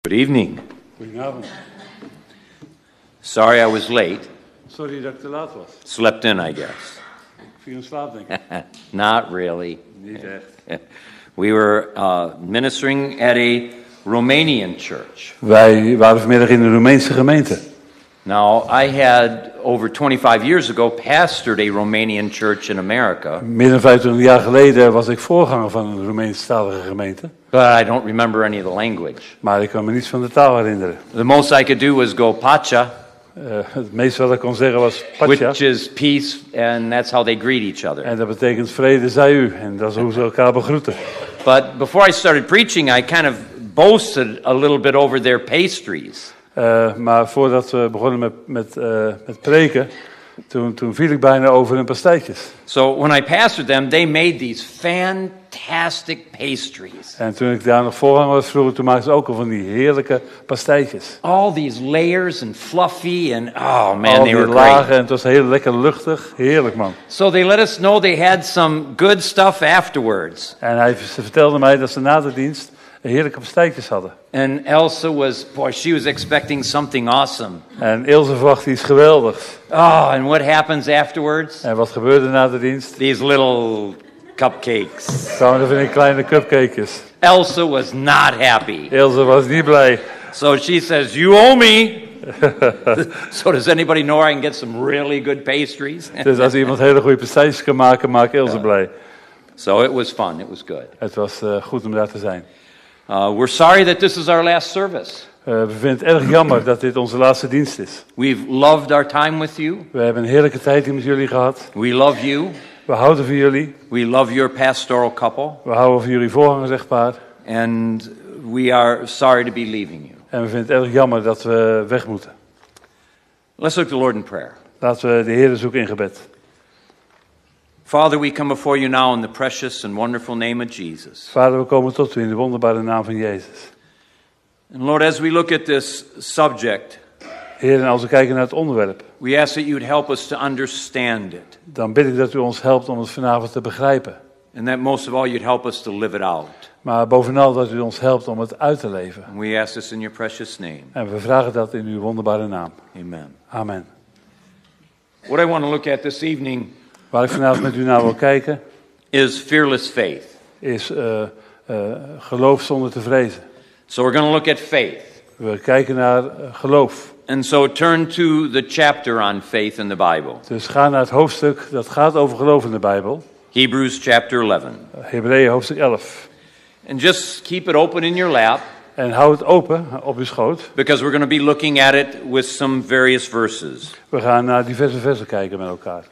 Good evening. Goedenavond. Sorry I was late. Sorry dat ik te laat was. Slept in, I guess. Ik viel in slaap, denk ik. Not really. Niet echt. We were ministering at a Romanian church. Wij waren vanmiddag in de Roemeense gemeente. Now, I had, over 25 years ago, pastored a Romanian church in America. Meer dan 25 jaar geleden was ik voorganger van een Roemeenstalige gemeente. But I don't remember any of the language. Maar ik kan me niets van de taal herinneren. The most I could do was go pacha, Het meeste wat ik kon zeggen was Pacha. which is peace, and that's how they greet each other. En dat betekent vrede zij u. En dat is hoe ze elkaar begroeten. But before I started preaching, I kind of boasted a little bit over their pastries. Maar voordat we begonnen met preken, toen viel ik bijna over hun pastijtjes. So when I pastored them, they made these fantastic pastries. En toen ik daar nog voorganger was vroeger, toen maakten ze ook al van die heerlijke pastijtjes. All these layers and fluffy and oh man, Al they die were lagen great. en het was heel lekker luchtig. Heerlijk, man. So they let us know they had some good stuff afterwards. En ze vertelde mij dat ze na de dienst heerlijke pastijtjes hadden. And Elsa she was expecting something awesome. En Ilse verwachtte iets geweldigs. Oh, and what happens afterwards? En wat gebeurde na de dienst? These little cupcakes. Kwamen er van die kleine cupcakejes. Elsa was not happy. Ilse was niet blij. So she says, "You owe me." So does anybody know where I can get some really good pastries? Dus als iemand hele goede pastijtjes kan maken, maakt Ilse blij. So it was fun. It was good. Het was goed om daar te zijn. We're sorry that this is our last service. We vinden het erg jammer dat dit onze laatste dienst is. We've loved our time with you. We hebben een heerlijke tijd hier met jullie gehad. We love you. We houden van jullie. We love your pastoral couple. We houden van jullie voorgangers-echtpaar. And we are sorry to be leaving you. En we vinden het erg jammer dat we weg moeten. Let's look to the Lord in prayer. Laten we de Heer zoeken in gebed. Father, we come before you now in the precious and wonderful name of Jesus. Vader, we komen tot u in de wonderbare naam van Jezus. And Lord, as we look at this subject, Heer, en als we kijken naar het onderwerp, we ask that you would help us to understand it. dan bid ik dat u ons helpt om het vanavond te begrijpen. And that most of all you'd help us to live it out. Maar bovenal dat u ons helpt om het uit te leven. And we ask this in your precious name. En we vragen dat in uw wonderbare naam. Amen. Amen. What I want to look at this evening Waar ik vanavond met u naar wil kijken, is fearless faith. is geloof zonder te vrezen. So we're going to look at faith. We kijken naar geloof. And so turn to the chapter on faith in the Bible. Dus ga naar het hoofdstuk dat gaat over geloof in de Bijbel. Hebrews chapter 11. Hebreeën hoofdstuk 11. And just keep it open in your lap, En hou het open op uw schoot. because we're going to be looking at it with some various verses. We gaan naar diverse versen kijken met elkaar.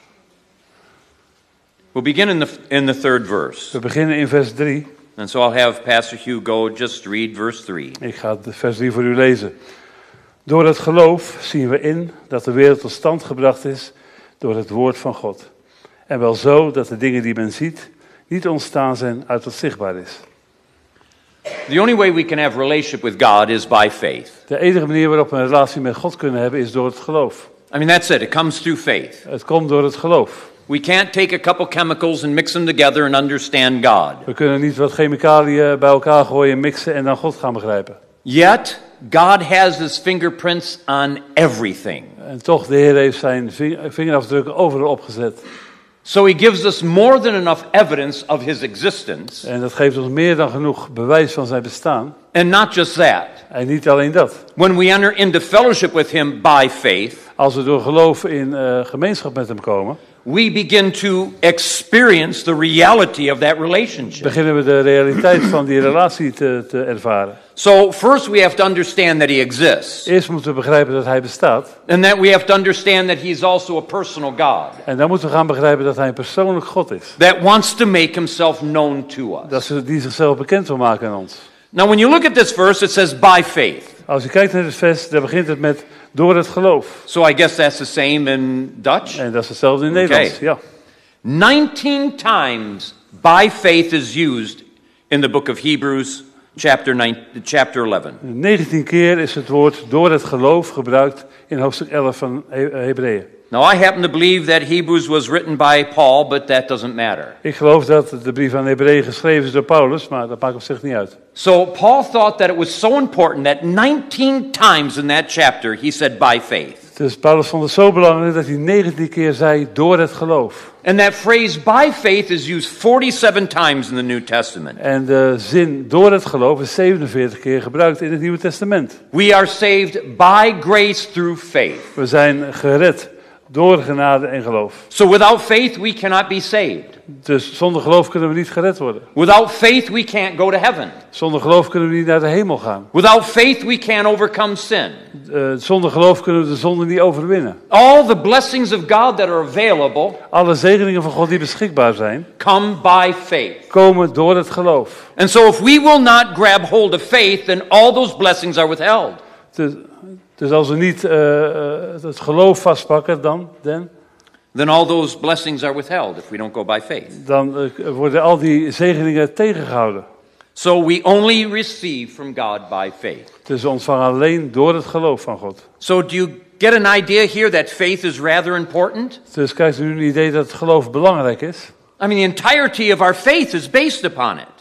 We'll begin in the third verse. We beginnen in vers 3. And so I'll have Pastor Hugo just read verse 3. Ik ga vers 3 voor u lezen. Door het geloof zien we in dat de wereld tot stand gebracht is door het woord van God. En wel zo dat de dingen die men ziet niet ontstaan zijn uit wat zichtbaar is. The only way we can have relationship with God is by faith. De enige manier waarop we een relatie met God kunnen hebben is door het geloof. I mean, that's it. It comes through faith. Het komt door het geloof. We can't take a couple chemicals and mix them together and understand God. We kunnen niet wat chemicaliën bij elkaar gooien, mixen en dan God gaan begrijpen. Yet, God has his fingerprints on everything. En toch, de Heer heeft zijn vingerafdrukken overal opgezet. So he gives us more than enough evidence of his existence. En dat geeft ons meer dan genoeg bewijs van zijn bestaan. And not just that. En niet alleen dat. When we enter into fellowship with him by faith, Als we door geloof in gemeenschap met hem komen, we begin to experience the reality of that relationship. beginnen we de realiteit van die relatie te ervaren. So first we have to understand that he exists. Eerst moeten we begrijpen dat hij bestaat. And that we have to understand that he is also a personal God. En dan moeten we gaan begrijpen dat hij een persoonlijk God is. That wants to make himself known to us. Die zichzelf bekend wil maken aan ons. Now when you look at this verse, it says by faith. Als je kijkt naar het vers, dan begint het met door het geloof. So I guess that's the same in Dutch. En dat is hetzelfde in Nederlands. Ja. 19 times by faith is used in the book of Hebrews chapter 11. 19 keer is het woord door het geloof gebruikt in hoofdstuk 11 van Hebreeën. Now, I happen to believe that Hebrews was written by Paul, but that doesn't matter. Ik geloof dat de brief aan Hebreeën geschreven is door Paulus, maar dat maakt op zich niet uit. So Paul thought that it was so important that 19 times in that chapter he said by faith. Dus Paulus vond het zo belangrijk dat hij 19 keer zei door het geloof. And that phrase by faith is used 47 times in the New Testament. En de zin door het geloof is 47 keer gebruikt in het Nieuwe Testament. We are saved by grace through faith. We zijn gered door genade en geloof. So without faith we cannot be saved. Dus zonder geloof kunnen we niet gered worden. Without faith we can't go to heaven. Zonder geloof kunnen we niet naar de hemel gaan. Without faith we can't overcome sin. Zonder geloof kunnen we de zonde niet overwinnen. All the blessings of God that are available Alle zegeningen van God die beschikbaar zijn, come by faith. komen door het geloof. And so if we will not grab hold of faith, then all those blessings are withheld. Dus als we niet het geloof vastpakken, Then all those blessings are withheld if we don't go by faith. dan worden al die zegeningen tegengehouden. So we only receive from God by faith. Dus we ontvangen alleen door het geloof van God. So do you get an idea here that faith is rather important? Dus krijgt u nu een idee dat het geloof belangrijk is? I mean, the entirety of our faith is based upon it.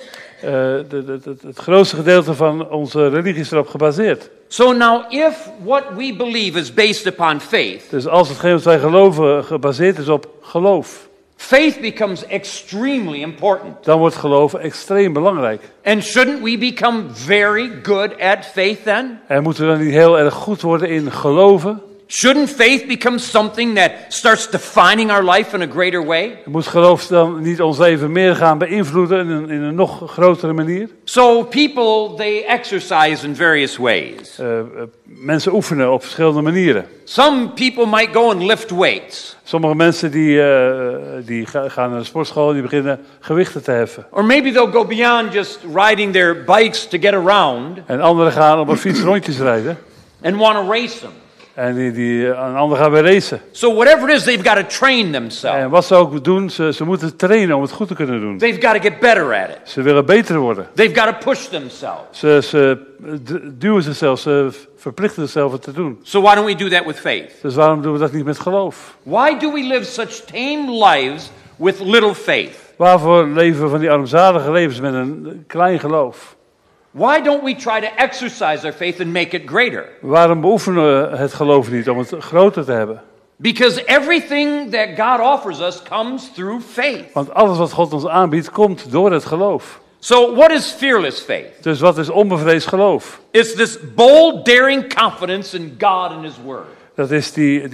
Het grootste gedeelte van onze religie is erop gebaseerd. So now if what we believe is based upon faith, Dus als hetgeen wat wij geloven gebaseerd is op geloof, faith becomes extremely important. dan wordt geloof extreem belangrijk. And shouldn't we become very good at faith then? En moeten we dan niet heel erg goed worden in geloven? Shouldn't faith become something that starts defining our life in a greater way? Moet geloof dan niet ons leven meer gaan beïnvloeden in een nog grotere manier? So people, they exercise in various ways. Mensen oefenen op verschillende manieren. Some people might go and lift weights. Sommige mensen die gaan naar de sportschool en die beginnen gewichten te heffen. Or maybe they'll go beyond just riding their bikes to get around En anderen gaan op een fiets rondjes rijden. and want to race them. En een ander gaan weer racen. So whatever it is, they've got to train themselves. En wat ze ook doen, ze moeten trainen om het goed te kunnen doen. They've got to get better at it. Ze willen beter worden. They've got to push themselves. Ze duwen zichzelf, ze verplichten zichzelf het te doen. So why don't we do that with faith? Dus waarom doen we dat niet met geloof? Why do we live such tame lives with little faith? Waarvoor leven we van die armzalige levens met een klein geloof? Why don't we try to exercise our faith and make it greater? Waarom beoefenen we het geloof niet om het groter te hebben? Because everything that God offers us comes through faith. Want alles wat God ons aanbiedt, komt door het geloof. So what is fearless faith? Dus wat is onbevreesd geloof? It's this bold, daring confidence in God and His Word. Dat is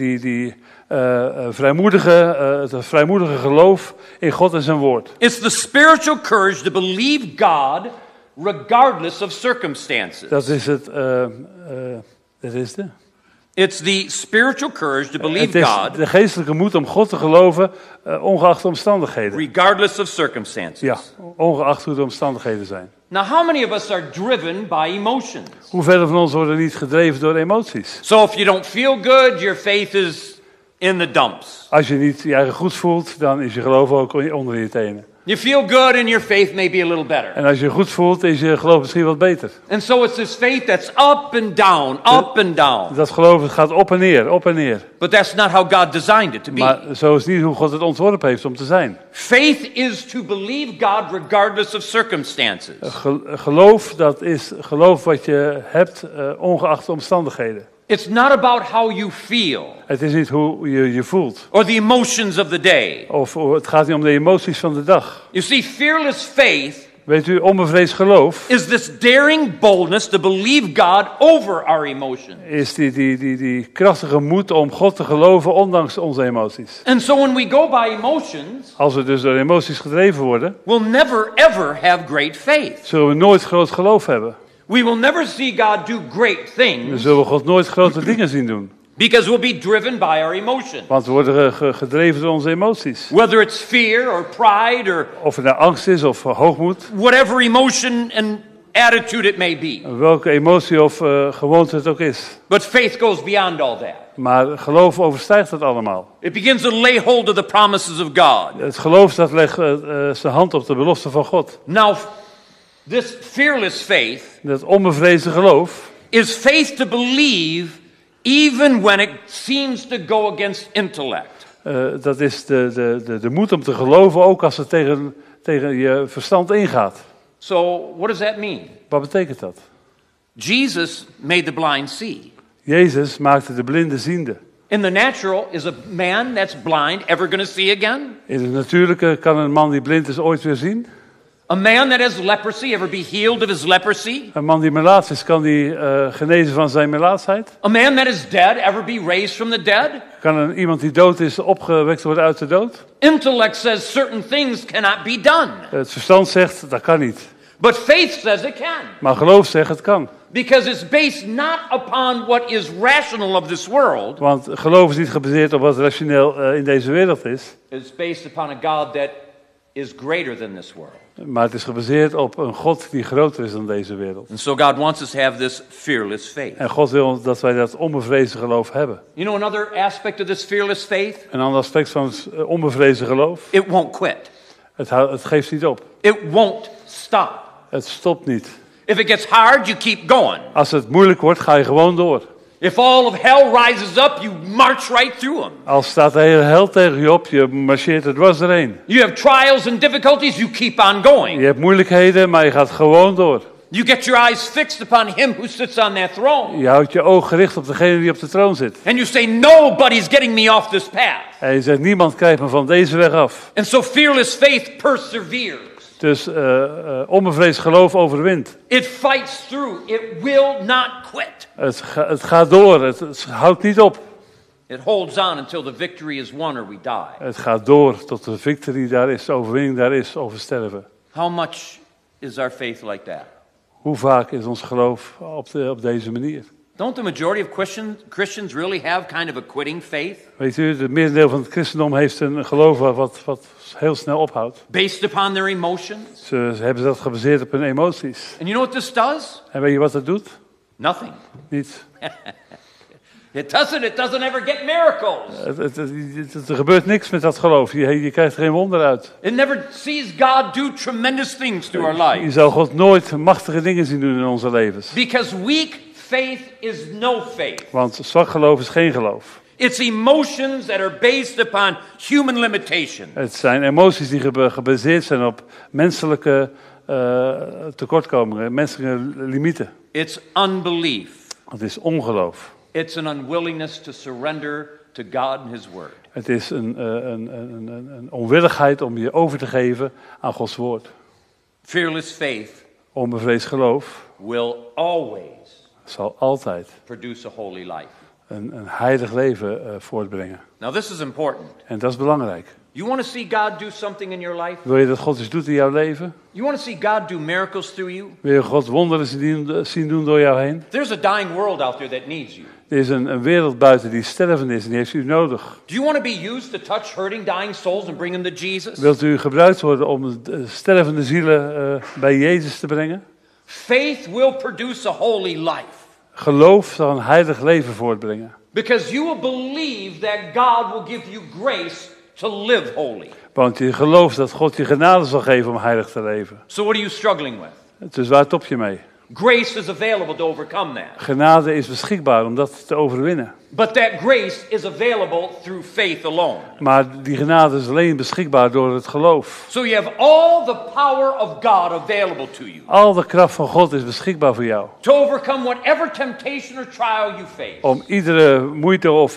het vrijmoedige geloof in God en zijn woord. It's the spiritual courage to believe God regardless of circumstances. Dat is It's the spiritual courage to Het believe is God de geestelijke moed om God te geloven, ongeacht de omstandigheden. regardless of circumstances. Ja, ongeacht hoe de omstandigheden zijn. Now, how many of us are driven by emotions? Hoeveel van ons worden niet gedreven door emoties? So if you don't feel good, your faith is in the dumps. Als je niet je eigen goed voelt, dan is je geloof ook onder je tenen. You feel good and your faith may be a little better. En als je je goed voelt, is je geloof misschien wat beter. And so it's this faith that's up and down, up and down. Dat geloof gaat op en neer, op en neer. But that's not how God designed it to be. Maar zo is niet hoe God het ontworpen heeft om te zijn. Faith is to believe God regardless of circumstances. Geloof, dat is geloof wat je hebt, ongeacht de omstandigheden. It's not about how you feel Het is niet hoe je je voelt. or the emotions of the day. Of het gaat niet om de emoties van de dag. You see, fearless faith Weet u, onbevreesd geloof is this daring boldness to believe God over our emotions. is die krachtige moed om God te geloven ondanks onze emoties. And so when we go by emotions, Als we dus door emoties gedreven worden, we'll never ever have great faith. zullen we nooit groot geloof hebben. We will never see God do great Dan things zullen we God nooit grote dingen zien doen. because we'll be driven by our emotions. Want we worden gedreven door onze emoties. Whether it's fear or pride or Of het nou angst is of hoogmoed. whatever emotion and attitude it may be. Welke emotie of gewoonte het ook is. But faith goes beyond all that. Maar geloof overstijgt dat allemaal. It begins to lay hold of the promises of God. Het geloof dat legt zijn hand op de belofte van God. Now, This fearless faith Dat onbevreesde geloof is faith to believe even when it seems to go against intellect. dat is de moed om te geloven, ook als het tegen je verstand ingaat. So what does that mean? Wat betekent dat? Jesus made the blind see. Jezus maakte de blinde ziende. In the natural, is a man that's blind ever going to see again? In het natuurlijke kan een man die blind is ooit weer zien. A man that has leprosy ever be healed of his leprosy? Een man die melaats is, kan die genezen van zijn melaatsheid? A man that is dead ever be raised from the dead? Kan iemand die dood is opgewekt worden uit de dood? Intellect says certain things cannot be done. Het verstand zegt, dat kan niet. But faith says it can. Maar geloof zegt, het kan. Because it's based not upon what is rational of this world. Want geloof is niet gebaseerd op wat rationeel in deze wereld is. It's based upon a God that is greater than this world. Maar het is gebaseerd op een God die groter is dan deze wereld. And so God wants us to have this fearless faith. En God wil dat wij dat onbevreesde geloof hebben. You know another aspect of this fearless faith? Een ander aspect van het onbevreesde geloof. It won't quit. Het geeft niet op. It won't stop. Het stopt niet. If it gets hard, you keep going. Als het moeilijk wordt, ga je gewoon door. If all of hell rises up, you march right through them. Als staat de hele hel tegen je op, je marcheert er dwars doorheen. You have trials and difficulties, you keep on going. Je hebt moeilijkheden, maar je gaat gewoon door. You get your eyes fixed upon him who sits on that throne. Je houdt je oog gericht op degene die op de troon zit. And you say, nobody's getting me off this path. En je zegt, niemand krijgt me van deze weg af. And so fearless faith perseveres. Dus onbevreesd geloof overwint. It fights through. It will not quit. Het gaat door, het houdt niet op. It holds on until the victory is won or we die. Het gaat door tot de victory daar is, de overwinning daar is over sterven. How much is our faith like that? Hoe vaak is ons geloof op deze manier? Don't the majority of Christians really have kind of a quitting faith? Weet u, het merendeel van het christendom heeft een geloof wat heel snel ophoudt. Based upon their emotions? Ze hebben dat gebaseerd op hun emoties. And you know what this does? En weet je wat dat doet? Nothing. Niets. It doesn't ever get miracles. Er gebeurt niks met dat geloof. Je krijgt er geen wonder uit. It never sees God do tremendous things through our lives. Je zal God nooit machtige dingen zien doen in onze levens. Because weak faith is no faith. Want zwak geloof is geen geloof. It's emotions that are based upon human limitation. Het zijn emoties die gebaseerd zijn op menselijke tekortkomingen, menselijke limieten. It's unbelief. Het is ongeloof. It's an unwillingness to surrender to God and His Word. Het is een onwilligheid om je over te geven aan Gods woord. Fearless faith Onbevreesd geloof will always zal altijd produce a holy life. een heilig leven voortbrengen. Now this is important. En dat is belangrijk. You want to see God do something in your life? Wil je dat God iets doet in jouw leven? You want to see God do miracles through you? Wil je God wonderen zien doen door jou heen? There's a dying world out there that needs you. Er is een wereld buiten die stervend is en die heeft u nodig. Do you want to be used to touch hurting, dying souls and bring them to Jesus? Wilt u gebruikt worden om stervende zielen bij Jezus te brengen? Faith will produce a holy life. Geloof zal een heilig leven voortbrengen. Because you will believe that God will give you grace to live holy. Want je gelooft dat God je genade zal geven om heilig te leven. So what are you struggling with? Dus waar top je mee? Grace is available to overcome that. Genade is beschikbaar om dat te overwinnen. But that grace is available through faith alone. Maar die genade is alleen beschikbaar door het geloof. So you have all the power of God available to you. Al de kracht van God is beschikbaar voor jou. To overcome whatever temptation or trial you face. Om iedere moeite of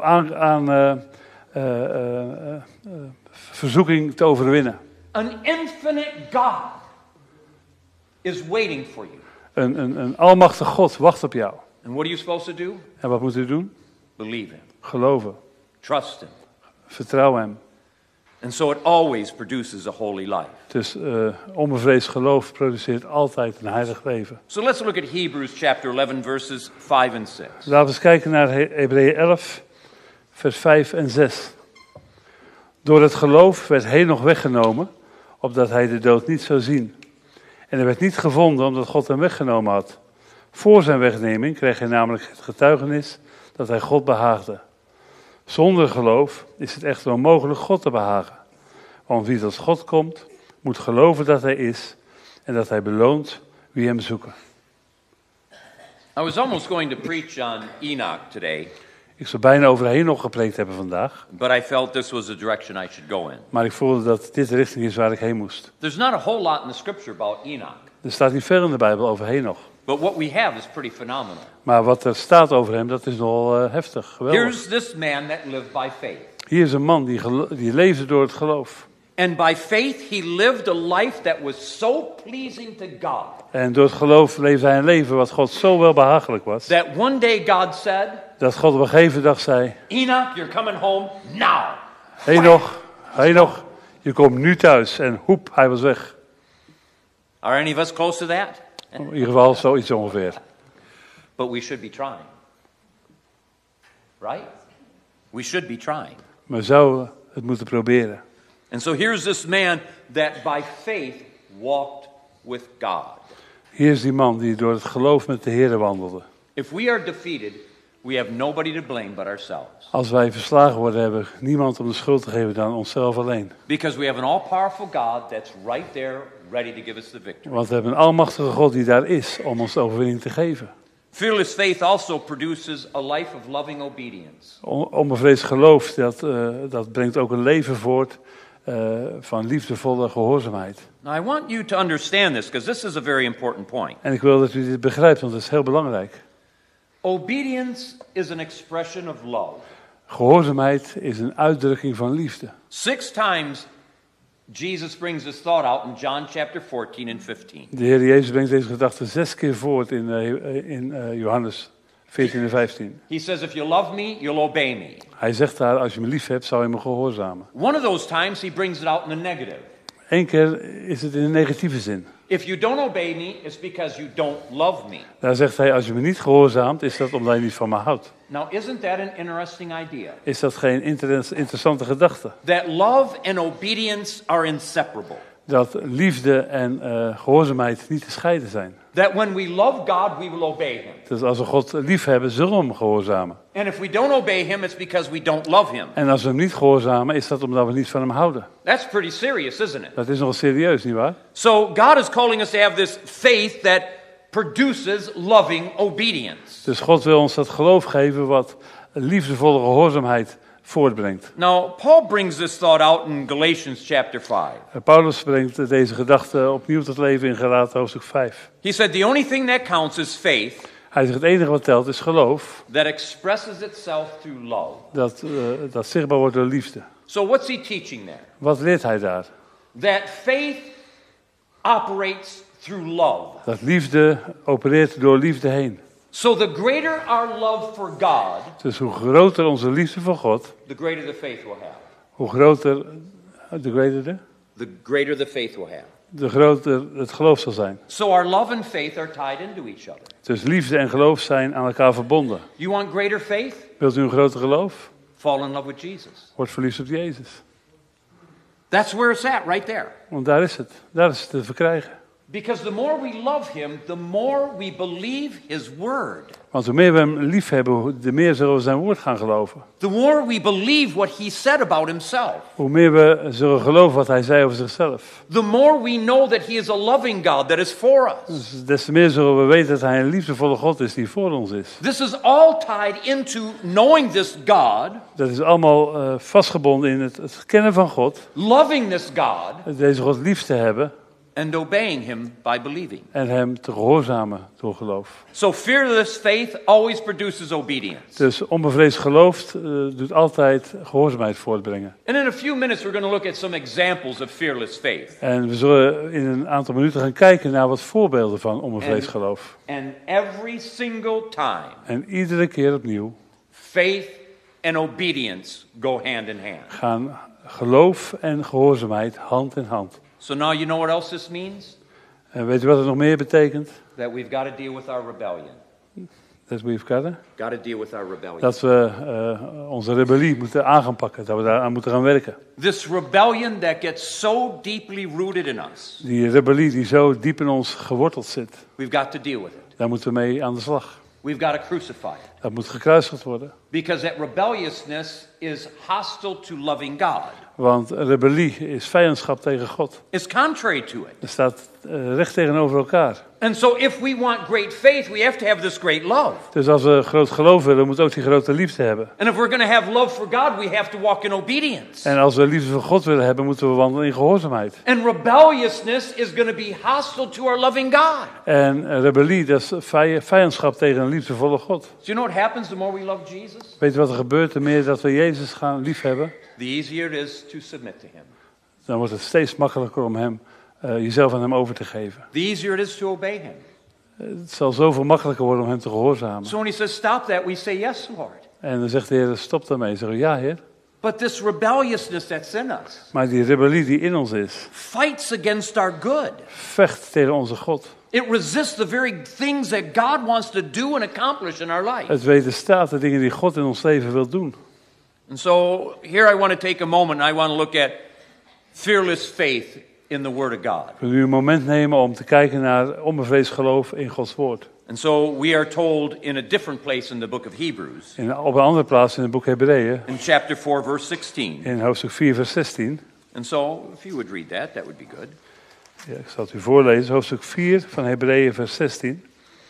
verzoeking te overwinnen. An infinite God is waiting for you. Een almachtig God wacht op jou. And what are you supposed to do? En wat moet u doen? Believe Him. Geloven. Trust Him. Vertrouw hem. And so it always produces a holy life. Dus onbevreesd geloof produceert altijd een heilig leven. So let's look at Hebrews chapter 11 verses 5 and 6. Laten we eens kijken naar Hebreeën 11, vers 5 en 6. Door het geloof werd Henoch weggenomen, opdat hij de dood niet zou zien. En hij werd niet gevonden omdat God hem weggenomen had. Voor zijn wegneming kreeg hij namelijk het getuigenis dat hij God behaagde. Zonder geloof is het echter onmogelijk God te behagen. Want wie tot God komt, moet geloven dat hij is en dat hij beloont wie hem zoeken. I was almost going to preach on Enoch today, Ik zou bijna over Henoch gepreekt hebben vandaag, but I felt this was the direction I should go in. maar ik voelde dat dit de richting is waar ik heen moest. There's not a whole lot in the scripture about Enoch, Er staat niet veel in de Bijbel over Henoch. but what we have is pretty phenomenal. Maar wat er staat over hem, dat is nogal heftig, geweldig. Here's this man that lived by faith. Hier is een man die leefde door het geloof. And by faith he lived a life that was so pleasing to God En door het geloof leefde hij een leven wat God zo wel behagelijk was. that one day God said, Dat God op een gegeven dag zei, Enoch, you're coming home now. Henoch, je komt nu thuis. En hoep, hij was weg. Are any of us close to that? In ieder geval zoiets ongeveer. But we should be trying. Right? We should be trying. Maar we zouden het moeten proberen. And so here's this man that by faith walked with God. Hier is die man die door het geloof met de Heer wandelde. If we are defeated, we have nobody to blame but ourselves. Als wij verslagen worden, hebben we niemand om de schuld te geven dan onszelf alleen. Because we have an all-powerful God that's right there, ready to give us the victory. Want we hebben een almachtige God die daar is om ons de overwinning te geven. Fearless faith also produces a life of loving obedience. Onbevreesd geloof, dat brengt ook een leven voort van liefdevolle gehoorzaamheid. Now I want you to understand this, because this is a very important point. En ik wil dat u dit begrijpt, want het is heel belangrijk. Obedience is an expression of love. Gehoorzaamheid is een uitdrukking van liefde. 6 times Jesus brings this thought out in John chapter 14 and 15. De Heer Jezus brengt deze gedachte 6 keer voort in Johannes 14 en 15. He says, if you love me, you'll obey me. Hij zegt daar, als je me lief hebt, zou je me gehoorzamen. One of those times he brings it out in the negative. Eén keer is het in een negatieve zin. If you don't obey me, it's because you don't love me. Daar zegt hij, als je me niet gehoorzaamt, is dat omdat je niet van me houdt. Now, isn't that an interesting idea? Is dat geen interessante gedachte? That love and obedience are inseparable. Dat liefde en gehoorzaamheid niet te scheiden zijn. That when we love God, we will obey him. Dus als we God lief hebben, zullen we hem gehoorzamen. And if we don't obey him, it's because we don't love him. En als we hem niet gehoorzamen, is dat omdat we niet van hem houden. That's pretty serious, isn't it? Dat is nogal serieus, nietwaar? So God is calling us to have this faith that produces loving obedience. Dus God wil ons dat geloof geven wat liefdevolle gehoorzaamheid voortbrengt. Now, Paul brings this thought out in Galatians chapter 5. Paulus brengt deze gedachte opnieuw tot leven in Galaten hoofdstuk 5. He said the only thing that counts is faith Hij zegt, het enige wat telt is geloof, that expresses itself through love. dat zichtbaar wordt door liefde. So what's he teaching there? Wat leert hij daar? That faith operates through love. Dat liefde opereert door liefde heen. So the greater our love for God, Dus hoe groter onze liefde voor God, the greater the faith we'll have. hoe groter The greater the faith we'll have. de groter het geloof zal zijn. So our love and faith are tied into each other. Dus liefde en geloof zijn aan elkaar verbonden. You want greater faith? Wilt u een groter geloof? Fall in love with Jesus. Word verliefd op Jezus. That's where it's at, right there. Want daar is het. Daar is het te verkrijgen. Because the more we love him, the more we believe his word. Want hoe meer we hem lief hebben, de meer zullen we zijn woord gaan geloven. The more we believe what he said about himself. Hoe meer we zullen geloven wat hij zei over zichzelf. The more we know that he is a loving God that is for us. Dus des te meer zullen we weten dat hij een liefdevolle God is die voor ons is. This is all tied into knowing this God, Dat is allemaal vastgebonden in het kennen van God. loving this God, Deze God lief te hebben. and obeying him by believing. En hem te gehoorzamen door geloof. So fearless faith always produces obedience. Dus onbevreesd geloof doet altijd gehoorzaamheid voortbrengen. And in a few minutes we're going to look at some examples of fearless faith. En we zullen in een aantal minuten gaan kijken naar wat voorbeelden van onbevreesd geloof. And every single time, En iedere keer opnieuw faith and obedience go hand in hand. gaan geloof en gehoorzaamheid hand in hand. So now you know what else this means? En weet u wat het nog meer betekent? That we've got to deal with our rebellion. Dat we've got it. Got to deal with our rebellion. Dat we onze rebellie moeten aan gaan pakken. Dat we daaraan moeten gaan werken. This rebellion that gets so deeply rooted in us. Die rebellie die zo diep in ons geworteld zit. We've got to deal with it. Daar moeten we mee aan de slag. We've got to crucify it. Dat moet gekruisigd worden. Because that rebelliousness is hostile to loving God. Want rebellie is vijandschap tegen God. It's contrary to it. Er staat recht tegenover elkaar. And so if we want great faith, we have to have this great love. Dus als we groot geloof willen, moeten we ook die grote liefde hebben. And if we're going to have love for God, we have to walk in obedience. En als we liefde voor God willen hebben, moeten we wandelen in gehoorzaamheid. And rebelliousness is going to be hostile to our loving God. En rebellie, dat is vijandschap tegen een liefdevolle God. Do you know what happens the more we love Jesus? Weet je wat er gebeurt, de meer dat we Jezus gaan liefhebben? The easier it is to submit to him. Dan wordt het steeds makkelijker om hem, jezelf aan hem over te geven. The easier it is to obey him. Het zal zoveel makkelijker worden om hem te gehoorzamen. So when he says stop that, we say yes, Lord. En dan zegt de Heer, stop daarmee. Zeggen we, ja Heer. But this rebelliousness that's in us Maar die rebellie die in ons is, fights against our good. vecht tegen onze God. It resists the very things that God wants to do and accomplish in our life. Het wederstaat de dingen die God in ons leven wil doen. And so here I want to take a moment and I want to look at fearless faith in the Word of God. Ik wil nu een moment nemen om te kijken naar onbevreesd geloof in Gods woord. And so we are told in a different place in the book of Hebrews, Op een andere plaats in het boek Hebreeën, in chapter 4, verse 16. in hoofdstuk 4, vers 16. And so if you would read that would be good. Ja, ik zal het u voorlezen, hoofdstuk 4 van Hebreeën, vers 16.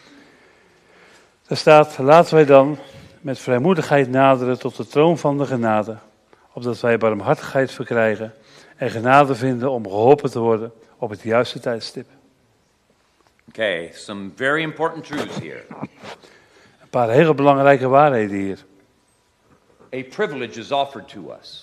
Daar staat, laten wij dan met vrijmoedigheid naderen tot de troon van de genade, opdat wij barmhartigheid verkrijgen en genade vinden om geholpen te worden op het juiste tijdstip. Okay, some very important truths here. Een paar hele belangrijke waarheden hier. A privilege is offered to us.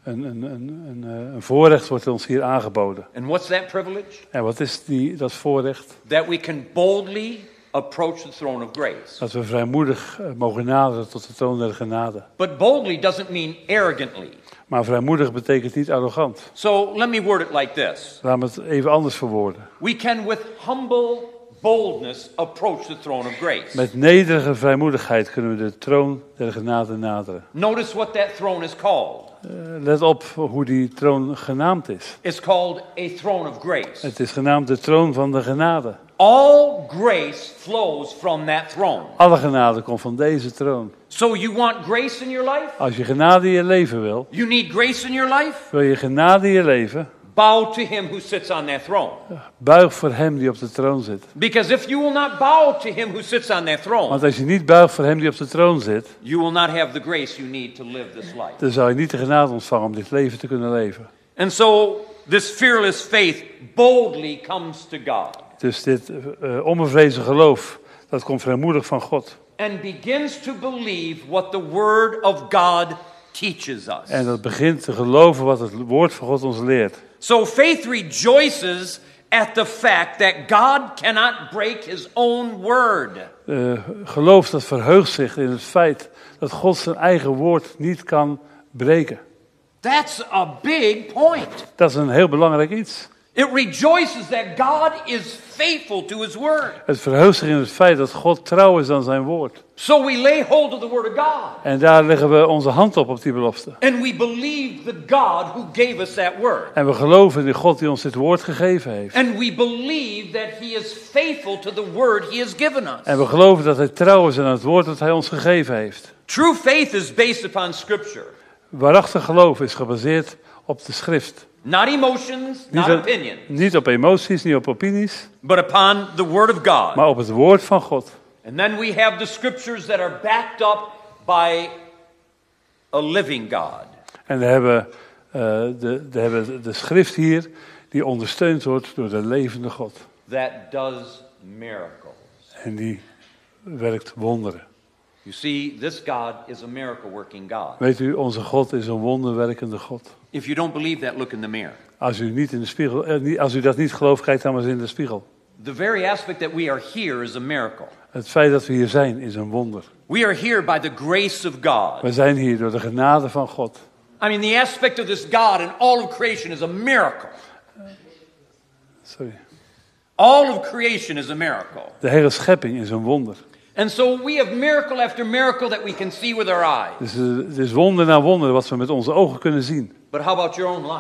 Een voorrecht wordt ons hier aangeboden. And what's that privilege? En wat is dat voorrecht? That we can boldly approach the throne of grace. Dat we vrijmoedig mogen naderen tot de troon der genade. But boldly doesn't mean arrogantly. Maar vrijmoedig betekent niet arrogant. So let me word it like this. Laat me het even anders verwoorden. We can with humble boldness approach the throne of grace. Met nederige vrijmoedigheid kunnen we de troon der genade naderen. Notice what that throne is called. Let op hoe die troon genaamd is. It's called a throne of grace. Het is genaamd de troon van de genade. All grace flows from that throne. Alle genade komt van deze troon. So you want grace in your life? Als je genade in je leven wil, You need grace in your life? wil je genade in je leven, Bow to him who sits on that throne. buig voor hem die op de troon zit. Because if you will not bow to him who sits on that throne, Want als je niet buigt voor hem die op de troon zit, you will not have the grace you need to live this life. dan zou je niet de genade ontvangen om dit leven te kunnen leven. And so this fearless faith boldly comes to God Dus dit onbevreesde geloof, dat komt vrijmoedig van God. and begins to believe what the word of God teaches us. En dat begint te geloven wat het woord van God ons leert. So faith rejoices at the fact that God cannot break his own word. Geloof dat verheugt zich in het feit dat God zijn eigen woord niet kan breken. That's a big point. Dat is een heel belangrijk iets. It rejoices that God is faithful to his word. Het verheugt zich in het feit dat God trouw is aan zijn woord. So we lay hold of the word of God. En daar leggen we onze hand op die belofte. And we believe the God who gave us that word. En we geloven in de God die ons dit woord gegeven heeft. And we believe that he is faithful to the word he has given us. En we geloven dat hij trouw is aan het woord dat hij ons gegeven heeft. True faith is based upon scripture. Waarachtig geloof is gebaseerd op de schrift. Not emotions, not opinions, Niet op emoties, niet op opinies, but upon the word of God. maar op het woord van God. And then we have the scriptures that are backed up by a living God. En we hebben de schrift hier die ondersteund wordt door de levende God. That does miracles. En die werkt wonderen. You see, this God is a miracle working God. Weet u, onze God is een wonderwerkende God. If you don't believe that, look in the mirror. Als u dat niet gelooft, kijk dan maar eens in de spiegel. The very aspect that we are here is a miracle. Het feit dat we hier zijn is een wonder. We are here by the grace of God. We zijn hier door de genade van God. I mean, the aspect of this God and all of creation is a miracle. Sorry. All of creation is a miracle. De hele schepping is een wonder. And so we have miracle after miracle that we can see with our eyes. Dus het is wonder na wonder wat we met onze ogen kunnen zien. But how about your own life?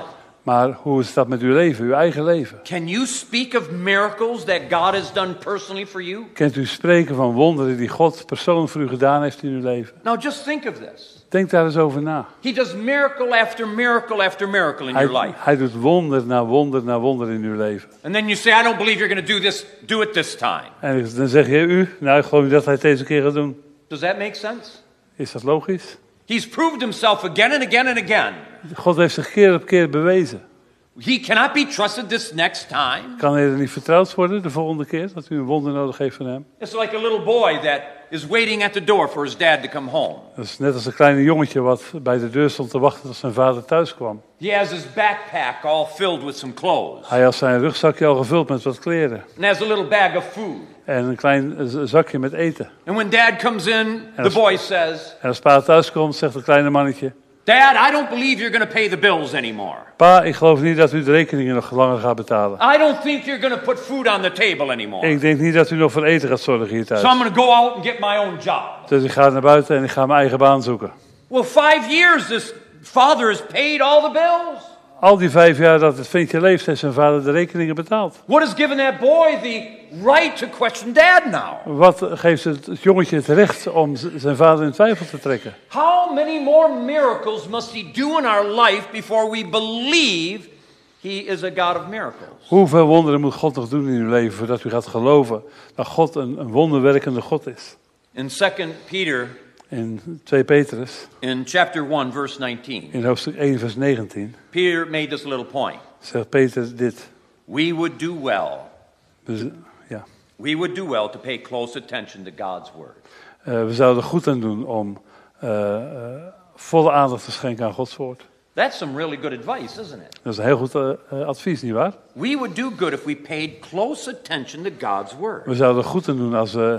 Maar hoe is dat met uw leven, uw eigen leven? Can you speak of miracles that God has done personally for you? Kent u spreken van wonderen die God persoonlijk voor u gedaan heeft in uw leven? Now just think of this. Denk daar eens over na. He does miracle after miracle after miracle in your life. Hij doet wonder na wonder na wonder in uw leven. And then you say, I don't believe you're going to do it this time. En dan zeg je nou ik geloof niet dat hij het deze keer gaat doen. Does that make sense? Is dat logisch? He's proved himself again and again and again. God heeft zich keer op keer bewezen. He cannot be trusted this next time. Kan hij er niet vertrouwd worden de volgende keer dat u een wonder nodig heeft van hem? It's like a little boy that is waiting at the door for his dad to come home. Dat is net als een kleine jongetje wat bij de deur stond te wachten tot zijn vader thuis kwam. He has his backpack all filled with some clothes. Hij had zijn rugzakje al gevuld met wat kleren. And has a little bag of food. En een klein zakje met eten. And when dad comes in, the boy says, En als pa thuis komt, zegt het kleine mannetje: Dad, I don't believe you're going to pay the bills anymore. Pa, ik geloof niet dat u de rekeningen nog langer gaat betalen. I don't think you're going to put food on the table anymore. Ik denk niet dat u nog voor eten gaat zorgen hier thuis. So I'm going to go out and get my own job. Dus ik ga naar buiten en ik ga mijn eigen baan zoeken. Well, 5 years this father has paid all the bills. Al die 5 jaar dat het ventje leeft, heeft zijn vader de rekeningen betaald. What has given that boy the right to question dad now? Wat geeft het jongetje het recht om zijn vader in twijfel te trekken? How many more miracles must he do in our life before we believe he is a God of miracles? Hoeveel wonderen moet God nog doen in uw leven voordat u gaat geloven dat God een wonderwerkende God is? In 2 Peter, In 2 Petrus, in chapter 1, verse 19, in hoofdstuk 1 vers 19, Peter made this little point. zegt Peter dit. We would do well. Dus, ja. We would do well to pay close attention to God's word. We zouden er goed aan doen om volle aandacht te schenken aan Gods woord. That's some really good advice, isn't it? Dat is een heel goed advies, nietwaar? We would do good if we paid close attention to God's word. We zouden er goed aan doen als we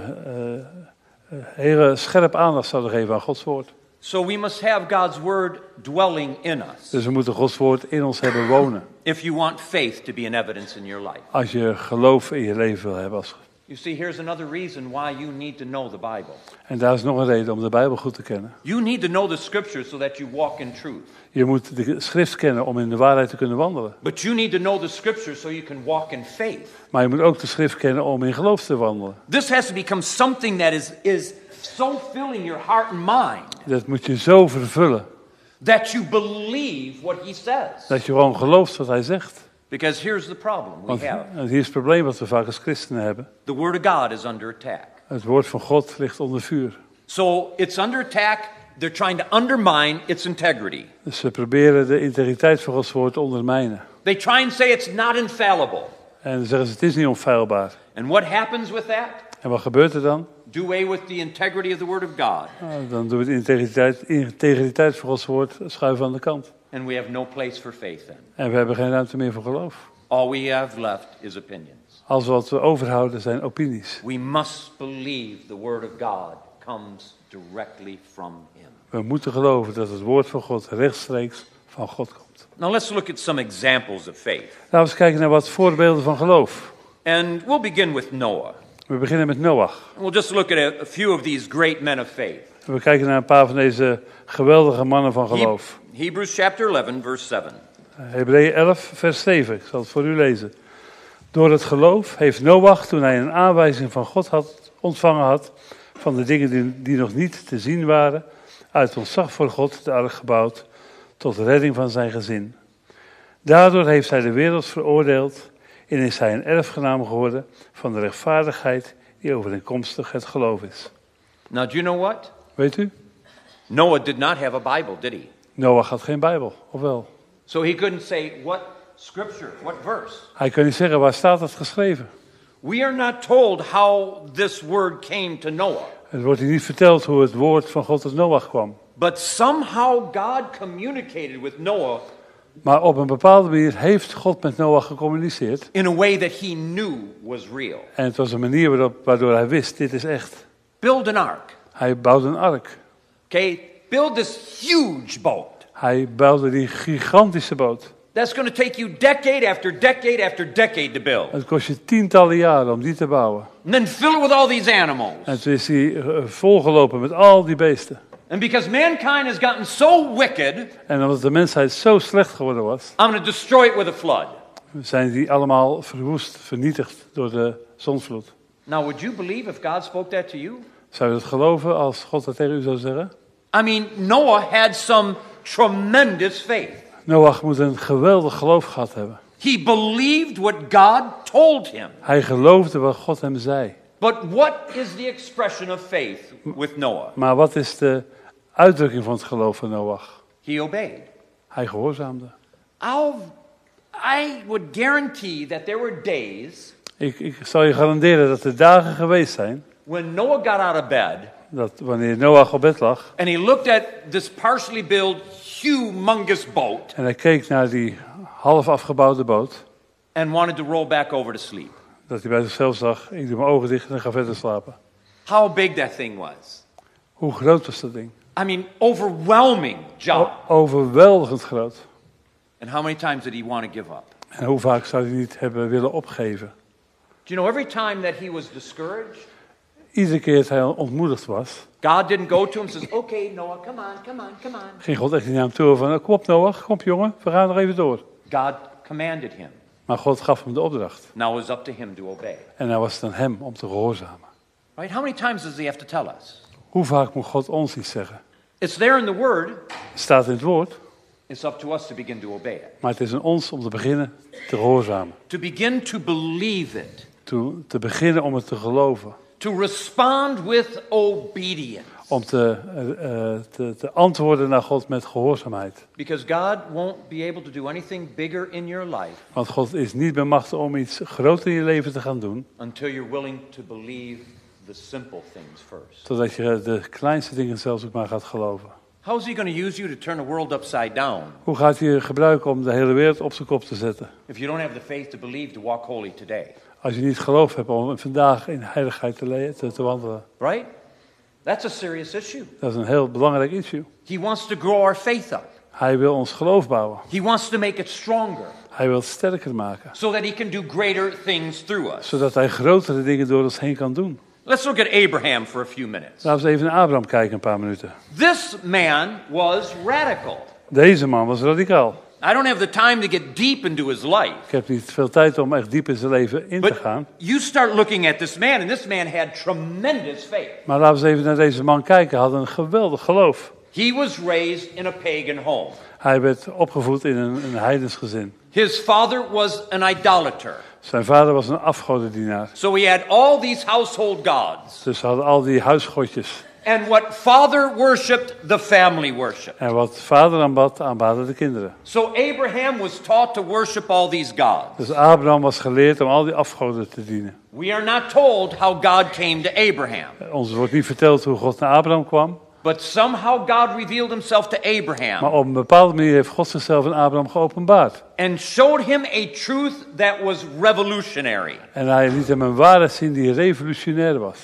hele scherp aandacht zouden geven aan Gods woord. So we must have God's word dwelling in us. Dus we moeten Gods woord in ons hebben wonen. If you want faith to be an evidence in your life. Als je geloof in je leven wil hebben. You see, here's another reason why you need to know the Bible. En daar is nog een reden om de Bijbel goed te kennen. You need to know the scriptures so that you walk in truth. Je moet de schrift kennen om in de waarheid te kunnen wandelen. But you need to know the scriptures so you can walk in faith. Maar je moet ook de schrift kennen om in geloof te wandelen. This has to become something that is so filling your heart and mind. Dat moet je zo vervullen. That you believe what he says. Dat je gewoon gelooft wat hij zegt. Because here's the problem we Want have. hier is het probleem wat we vaak als christenen hebben. The word of God is under attack. Het woord van God ligt onder vuur. So it's under attack. They're trying to undermine its integrity. Dus ze proberen de integriteit van Gods woord te ondermijnen. They try and say it's not infallible. En dan zeggen ze het is niet onfeilbaar. And what happens with that? En wat gebeurt er dan? Do away with the integrity of the word of God. Dan doen we de integriteit van Gods woord schuiven aan de kant. And we have no place for faith then. En we hebben geen ruimte meer voor geloof. All we have left is opinions. Als wat we overhouden zijn opinies. We must believe the word of God comes directly from him. We moeten geloven dat het woord van God rechtstreeks van God komt. Now let's look at some examples of faith. Laten we eens kijken naar wat voorbeelden van geloof. And we'll begin with Noah. We beginnen met Noach. We'll just look at a few of these great men of faith. We kijken naar een paar van deze geweldige mannen van geloof. Hebrews chapter 11, verse 7. Hebreeën 11, vers 7. Ik zal het voor u lezen. Door het geloof heeft Noach, toen hij een aanwijzing van God ontvangen had, van de dingen die nog niet te zien waren, uit ontzag voor God de ark gebouwd, tot redding van zijn gezin. Daardoor heeft hij de wereld veroordeeld en is hij een erfgenaam geworden van de rechtvaardigheid die overeenkomstig het geloof is. Now, do you know what? Weet u? Noah did not have a Bible, did he? Noach had geen Bijbel, of wel? So he couldn't say, what scripture, what verse? Hij kan niet zeggen, waar staat het geschreven? We are not told how this word came to Noah. Het wordt hier niet verteld hoe het woord van God tot Noach kwam. But somehow God communicated with Noah Maar op een bepaalde manier heeft God met Noach gecommuniceerd. in a way that he knew was real. En het was een manier waardoor hij wist, dit is echt. Build an ark. Hij bouwde een ark. Okay? Build this huge boat. Hij bouwde die gigantische boot. That's going to take you decade after decade after decade to build. Het kost je tientallen jaren om die te bouwen. And then fill it with all these animals. En toen is hij volgelopen met al die beesten. And because mankind has gotten so wicked, En omdat de mensheid zo slecht geworden was, I'm going to destroy it with a flood. zijn die allemaal verwoest, vernietigd door de zondvloed. Now, would you believe if God spoke that to you? Zou je dat geloven als God dat tegen u zou zeggen? I mean, Noah had some tremendous faith. Noach moet een geweldig geloof gehad hebben. He believed what God told him. Hij geloofde wat God hem zei. But what is the expression of faith with Noah? Maar wat is de uitdrukking van het geloof van Noach? He obeyed. Hij gehoorzaamde. I would guarantee that there were days Ik zal je garanderen dat er dagen geweest zijn when Noah got out of bed dat wanneer Noach op bed lag and he looked at this partially built, humongous boat en hij keek naar die half afgebouwde boot, and wanted to roll back over to sleep. dat hij bij zichzelf zag, ik doe mijn ogen dicht en ga verder slapen. How big that thing was. Hoe groot was dat ding? I mean, overwhelming job. Overweldigend groot. And how many times did he want to give up? En hoe vaak zou hij niet hebben willen opgeven? Do you know, every time that he was discouraged, Iedere keer dat hij ontmoedigd was, God didn't go to him and says, okay, Noah, come on. ging God echt niet naar hem toe van, kom op Noach, kom op jongen, we gaan nog even door. God commanded him. Maar God gaf hem de opdracht. Now it's up to him to obey. En nou was het aan hem om te gehoorzamen. Right? How many times does he have to tell us? Hoe vaak moet God ons iets zeggen? It's there in the word. Het staat in het woord, It's up to us to begin to obey it. maar het is aan ons om te beginnen te gehoorzamen. To begin to believe it. Te beginnen om het te geloven. To respond with obedience. Om te antwoorden naar God met gehoorzaamheid. Because God won't be able to do anything bigger in your life Want God is niet bemachtigd om iets groter in je leven te gaan doen, until you're willing to believe the simple things first. totdat je de kleinste dingen zelfs ook maar gaat geloven. How is he going to use you to turn the world upside down Hoe gaat hij je gebruiken om de hele wereld op zijn kop te zetten? if you don't have the faith to believe to walk holy today? Als je niet geloof hebt om vandaag in heiligheid te wandelen. Right? That's a serious issue. Dat is een heel belangrijk issue. He wants to grow our faith up. Hij wil ons geloof bouwen. He wants to make it stronger Hij wil het sterker maken. so that he can do greater things through us. Zodat hij grotere dingen door ons heen kan doen. Let's look at Abraham for a few minutes. Laten we eens even naar Abraham kijken een paar minuten. This man was radical. Deze man was radicaal. I don't have the time to get deep into his life. Ik heb niet veel tijd om echt diep in zijn leven in te But gaan. you start looking at this man, and this man had tremendous faith. Maar laten we eens even naar deze man kijken. Hij had een geweldig geloof. He was raised in a pagan home. Hij werd opgevoed in een heidens gezin. His father was an idolater. Zijn vader was een afgodendienaar. So he had all these household gods. Dus ze hadden al die huisgodjes. And what father worshipped, the family worshipped. En wat vader aanbad, aanbaden de kinderen. So Abraham was taught to worship all these gods. Dus Abraham was geleerd om al die afgoden te dienen. We are not told how God came to Abraham. Ons wordt niet verteld hoe God naar Abraham kwam. But somehow God revealed himself to Abraham. Maar op een bepaalde manier heeft God zichzelf aan Abraham geopenbaard. And showed him a truth that was revolutionary. En hij liet hem een waarheid zien die revolutionair was.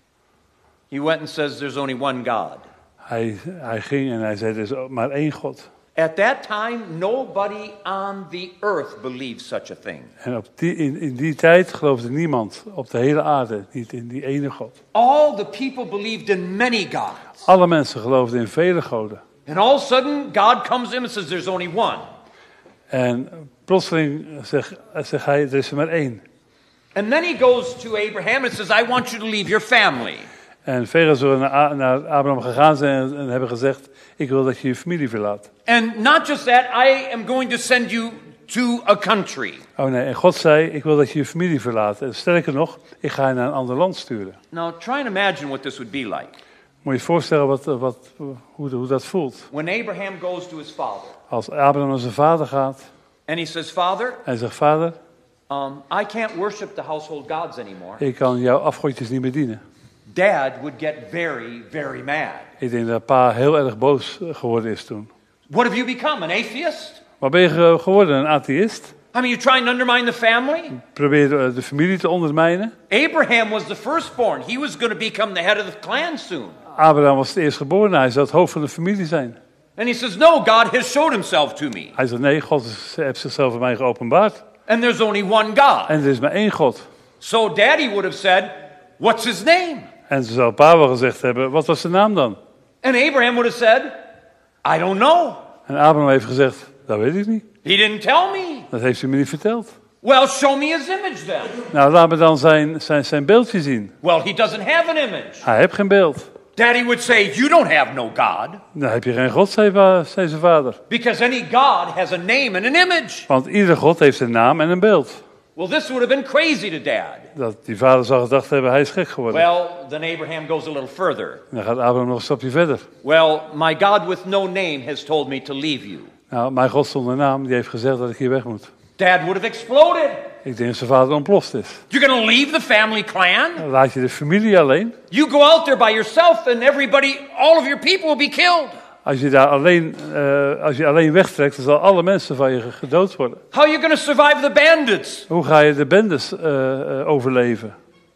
He went and says there's only one God. Hij ging en hij zei, er is maar één God. At that time, nobody on the earth believed such a thing. En in die tijd geloofde niemand op de hele aarde niet in die ene God. All the people believed in many gods. Alle mensen geloofden in vele goden. And all of a sudden, God comes in and says there's only one. En plotseling zegt hij, er is er maar één. And then he goes to Abraham and says, I want you to leave your family. En velen zullen naar Abraham gegaan zijn en hebben gezegd, ik wil dat je je familie verlaat. And not just that, I am going to send you to a country. Oh nee, en God zei, ik wil dat je je familie verlaat. En sterker nog, ik ga je naar een ander land sturen. Now try and imagine what this would be like. Moet je je voorstellen hoe dat voelt. When Abraham goes to his father. Als Abraham naar zijn vader gaat. And he says, Father, Hij zegt, vader, I can't worship the household gods anymore. ik kan jouw afgodjes niet meer dienen. Dad would get very, very mad. Ik denk dat pa heel erg boos geworden is toen. What have you become, an atheist? Maar ben je geworden, een atheïst? I mean, you're trying to undermine the family? Probeer de familie te ondermijnen? Abraham was the firstborn. He was going to become the head of the clan soon. Abraham was de eerstgeborene, hij zou het hoofd van de familie zijn. And he says, no, God has showed himself to me. Hij zegt, nee, God heeft zichzelf aan mij geopenbaard. And there's only one God. En er is maar één God. So daddy would have said, what's his name? En ze zou pa wel gezegd hebben, wat was zijn naam dan? And Abraham would have said, I don't know. En Abraham heeft gezegd, dat weet ik niet. He didn't tell me. Dat heeft u me niet verteld. Well, show me his image then. Nou, laat me dan zijn beeldje zien. Well, he doesn't have an image. Hij heeft geen beeld. Daddy would say, you don't have no God. Dan heb je geen God, zei zijn vader. Because any God has a name and an image. Want iedere God heeft een naam en een beeld. Well, this would have been crazy to Dad. Dat die vader zou gedacht hebben, hij is gek geworden. Well, then Abraham goes a little further. En dan gaat Abraham nog een stapje verder. Well, my God with no name has told me to leave you. Nou, mijn God zonder naam, die heeft gezegd dat ik hier weg moet. Dad would have exploded. Ik denk dat zijn vader ontploft is. You're going to leave the family clan? Dan laat je de familie alleen. You go out there by yourself and everybody, all of your people will be killed. Als je alleen wegtrekt, dan zal alle mensen van je gedood worden. How are you going to survive the bandits? Hoe ga je de bendes overleven?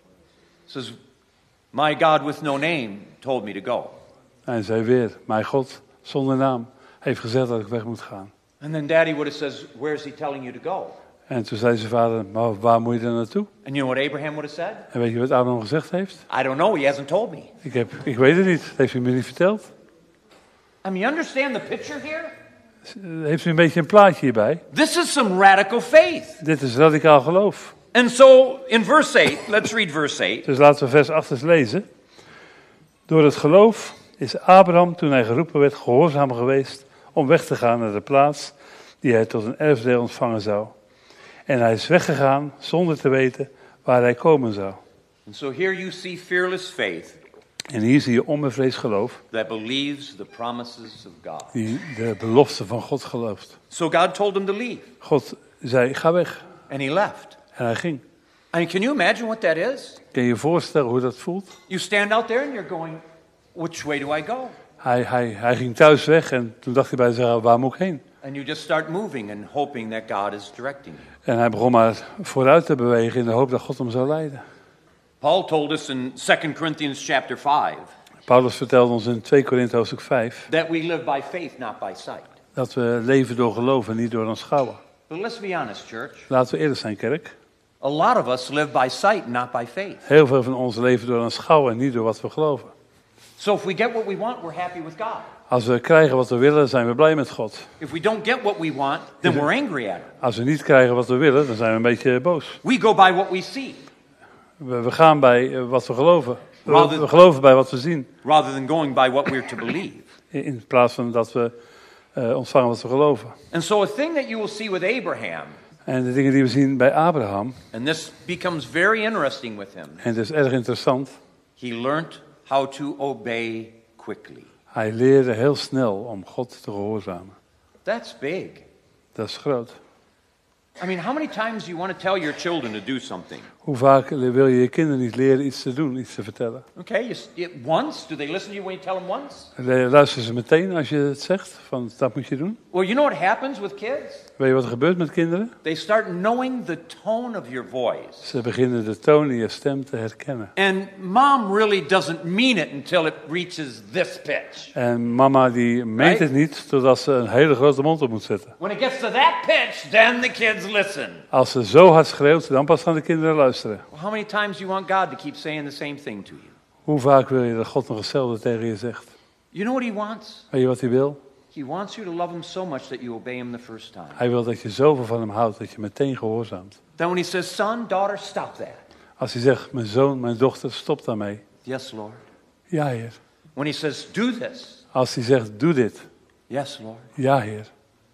Says, my God with no name told me to go. En hij zei weer, mijn God zonder naam heeft gezegd dat ik weg moet gaan. And then Daddy would have says, where's he telling you to go? En toen zei zijn vader, maar waar moet je dan naartoe? And you know what Abraham would have said? En weet je wat Abraham gezegd heeft? I don't know, he hasn't told me. Ik weet het niet, dat heeft u me niet verteld. I mean, you understand the picture here? Heeft u een beetje een plaatje hierbij? This is some radical faith. Dit is radicaal geloof. And so in verse 8, let's read verse 8. Dus laten we vers 8 eens lezen. Door het geloof is Abraham, toen hij geroepen werd, gehoorzaam geweest om weg te gaan naar de plaats die hij tot een erfdeel ontvangen zou. En hij is weggegaan zonder te weten waar hij komen zou. And so here you see fearless faith En hier zie je onbevreesd geloof, that believes the promises of God. die de belofte van God gelooft. So God told him to leave, God zei, ga weg. and he left. En hij ging. I mean, can you imagine what that is? Kun je je voorstellen hoe dat voelt? You stand out there and you're going, which way do I go? Hij ging thuis weg en toen dacht hij bij zichzelf, waar moet ik heen? And you just start moving and hoping that God is directing you. En hij begon maar vooruit te bewegen in de hoop dat God hem zou leiden. Paul told us in 2 Corinthians chapter 5 Paulus vertelde ons in 2 Korinthe hoofdstuk 5 that we live by faith, not by sight. dat we leven door geloof en niet door aanschouwen. But let's be honest, church. Laten we eerlijk zijn, kerk. A lot of us live by sight, not by faith. Heel veel van ons leven door aanschouwen en niet door wat we geloven. So if we get what we want, we're happy with God. Als we krijgen wat we willen, zijn we blij met God. If we don't get what we want, then we're angry at Him. Als we niet krijgen wat we willen, dan zijn we een beetje boos. We go by what we see, We gaan bij wat we geloven. Rather- We geloven bij wat we zien. rather than going by what we're to believe. In plaats van dat we ontvangen wat we geloven. And so a thing that you will see with Abraham, En de dingen die we zien bij Abraham, and this becomes very interesting with him, en het is erg interessant. he learned how to obey quickly. Hij leerde heel snel om God te gehoorzamen. That's big. Dat is groot. I mean, how many times do you want to tell your children to do something? Hoe vaak wil je je kinderen niet leren iets te doen, iets te vertellen? Okay, once? Do they listen to you when you tell them once? Luisteren ze meteen als je het zegt, van dat moet je doen? Well, you know what happens with kids? Weet je wat er gebeurt met kinderen? They start knowing the tone of your voice. Ze beginnen de toon in je stem te herkennen. And mom really doesn't mean it until it reaches this pitch. En mama die meent het niet totdat ze een hele grote mond op moet zetten. When it gets to that pitch, then the kids listen. Als ze zo hard schreeuwt, dan pas gaan de kinderen luisteren. Well, how many times do you want God to keep saying the same thing to you? Hoe vaak wil je dat God nog hetzelfde tegen je zegt? You know what he wants? Weet je wat hij wil? He wants you to love him so much that you obey him the first time. Hij wil dat je zoveel van hem houdt dat je meteen gehoorzaamt. Then when he says, son, daughter, stop that. Als hij zegt, mijn zoon, mijn dochter, stop daarmee. Yes, Lord. Ja, Heer. When he says, do this. Als hij zegt, doe dit. Yes, Lord. Ja, Heer.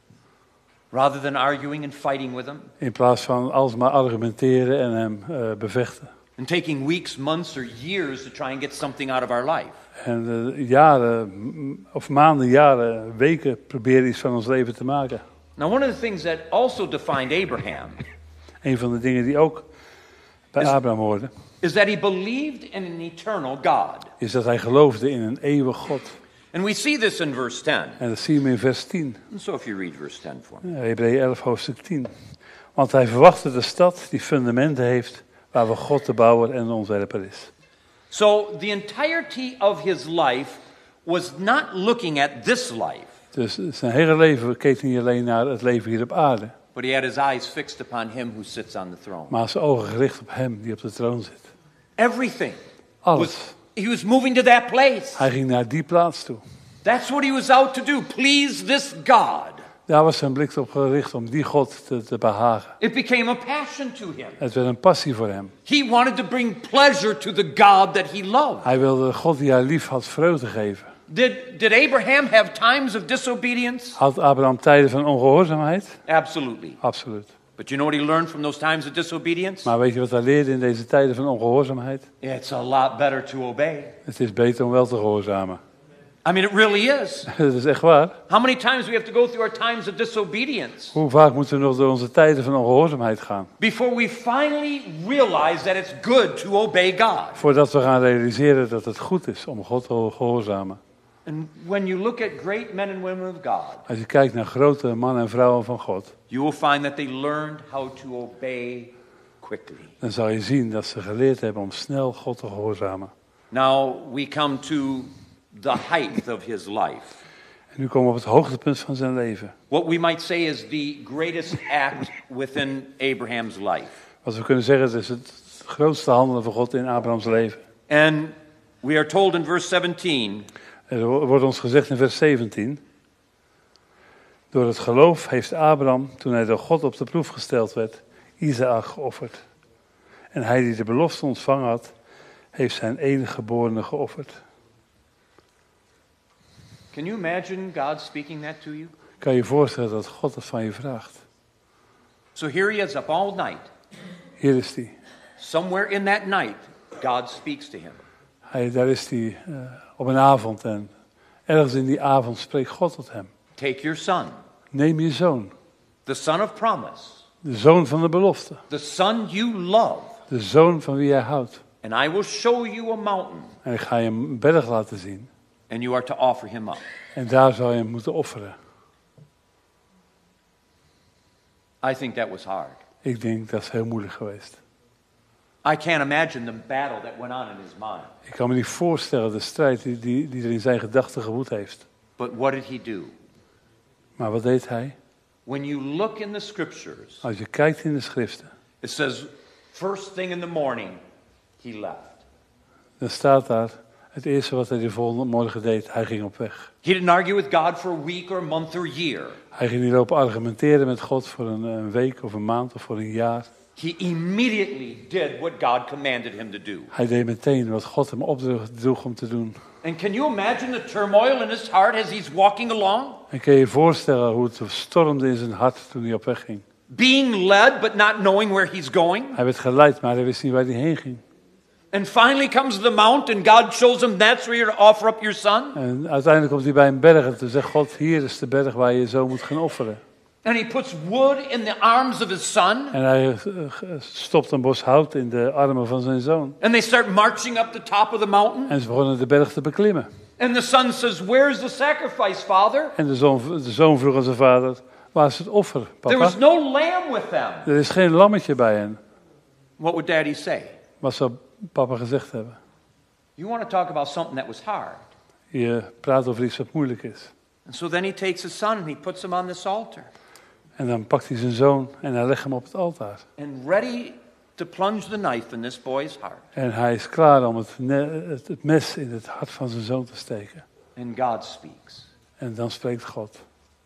Rather than arguing and fighting with him In plaats van alsmaar argumenteren en hem bevechten. and taking weeks, months, or years to try and get something out of our life. En jaren, of maanden, jaren, weken proberen iets van ons leven te maken. Now, one of the things that also defined Abraham Een van de dingen die ook bij Abraham hoorden, is that he believed in an eternal God. is dat hij geloofde in een eeuwig God. And we see this in verse 10. En dat zien we in vers 10. And so if you read verse 10 for me. Hebreeën 11 hoofdstuk 10. Want hij verwachtte de stad die fundamenten heeft, waar we God de bouwer en de ontwerper is. So the entirety of his life was not looking at this life, Dus zijn hele leven keek niet alleen naar het leven hier op aarde, but he had his eyes fixed upon him who sits on the throne. maar zijn ogen gericht op hem die op de troon zit. Everything Alles He was moving to that place. Hij ging naar die plaats toe. That's what he was out to do, please this God. Daar was zijn blik op gericht om die God te behagen. It became a passion to him. Het werd een passie voor hem. He wanted to bring pleasure to the God that he loved. Hij wilde God die hij lief had vreugde geven. Did Abraham have times of disobedience? Had Abraham tijden van ongehoorzaamheid? Absolutely. Absoluut. But you know what he learned from those times of disobedience? Maar weet je wat hij leerde in deze tijden van ongehoorzaamheid? It's a lot better to obey. Het is beter om wel te gehoorzamen. I mean, it really is. Dat is echt waar. How many times we have to go through our times of disobedience Hoe vaak moeten we nog door onze tijden van ongehoorzaamheid gaan? before we finally realize that it's good to obey God? Voordat we gaan realiseren dat het goed is om God te gehoorzamen. And when you look at great men and women of God, Als je kijkt naar grote mannen en vrouwen van God, you will find that they learned how to obey quickly. dan zal je zien dat ze geleerd hebben om snel God te gehoorzamen. Now we come to the height of his life. En nu komen we op het hoogtepunt van zijn leven. What we might say is the greatest act within Abraham's life. Wat we kunnen zeggen, het is het grootste handelen van God in Abrahams leven. And we are told in verse 17, Er wordt ons gezegd in vers 17. Door het geloof heeft Abraham, toen hij door God op de proef gesteld werd, Isaak geofferd. En hij die de belofte ontvangen had, heeft zijn enige geborene geofferd. can you imagine God speaking that to you? Kan je je voorstellen dat God dat van je vraagt? So here he is up all night. Hier is hij. Somewhere in that night, God speaks to him. Daar is hij op een avond en ergens in die avond spreekt God tot hem. Take your son, Neem je zoon, the son of promise, de zoon van de belofte, the son you love, de zoon van wie jij houdt. and I will show you a mountain, En ik ga je een berg laten zien and you are to offer him up. en daar zou je hem moeten offeren. I think that was hard. Ik denk dat is heel moeilijk geweest. I can't imagine the battle that went on in his mind. Ik kan me niet voorstellen de strijd die er in zijn gedachten gewoed heeft. But what did he do? Maar wat deed hij? When you look in the scriptures, Als je kijkt in de schriften, it says, first thing in the morning, he left. dan staat daar het eerste wat hij de volgende morgen deed. Hij ging op weg. He didn't argue with God for a week or a month or a year. Hij ging niet lopen argumenteren met God voor een week of een maand of voor een jaar. He immediately did what God commanded him to do. Hij deed meteen wat God hem opdroeg om te doen. And can you imagine the turmoil in his heart as he's walking along? En kun je je voorstellen hoe het stormde in zijn hart toen hij op weg ging. Being led but not knowing where he's going. Hij werd geleid, maar hij wist niet waar hij heen ging. And finally comes to the mount and God shows him that's where you're to offer up your son. En uiteindelijk komt hij bij een berg en toen zegt God, hier is de berg waar je je zoon moet gaan offeren. And he puts wood in the arms of his son. En hij stopt een bos hout in de armen van zijn zoon. And they start marching up the top of the mountain. En ze begonnen de berg te beklimmen. And the son says, "Where's the sacrifice, father?" En de zoon vroeg aan zijn vader, waar is het offer, There papa? was no lamb with them. Er is geen lammetje bij hen. What would daddy say? Wat zou papa gezegd hebben? You want to talk about something that was hard. Je praat over iets wat moeilijk is. And so then he takes his son and he puts him on this altar. En dan pakt hij zijn zoon en hij legt hem op het altaar. And ready to plunge the knife in this boy's heart. En hij is klaar om het mes in het hart van zijn zoon te steken. And God speaks. En dan spreekt God.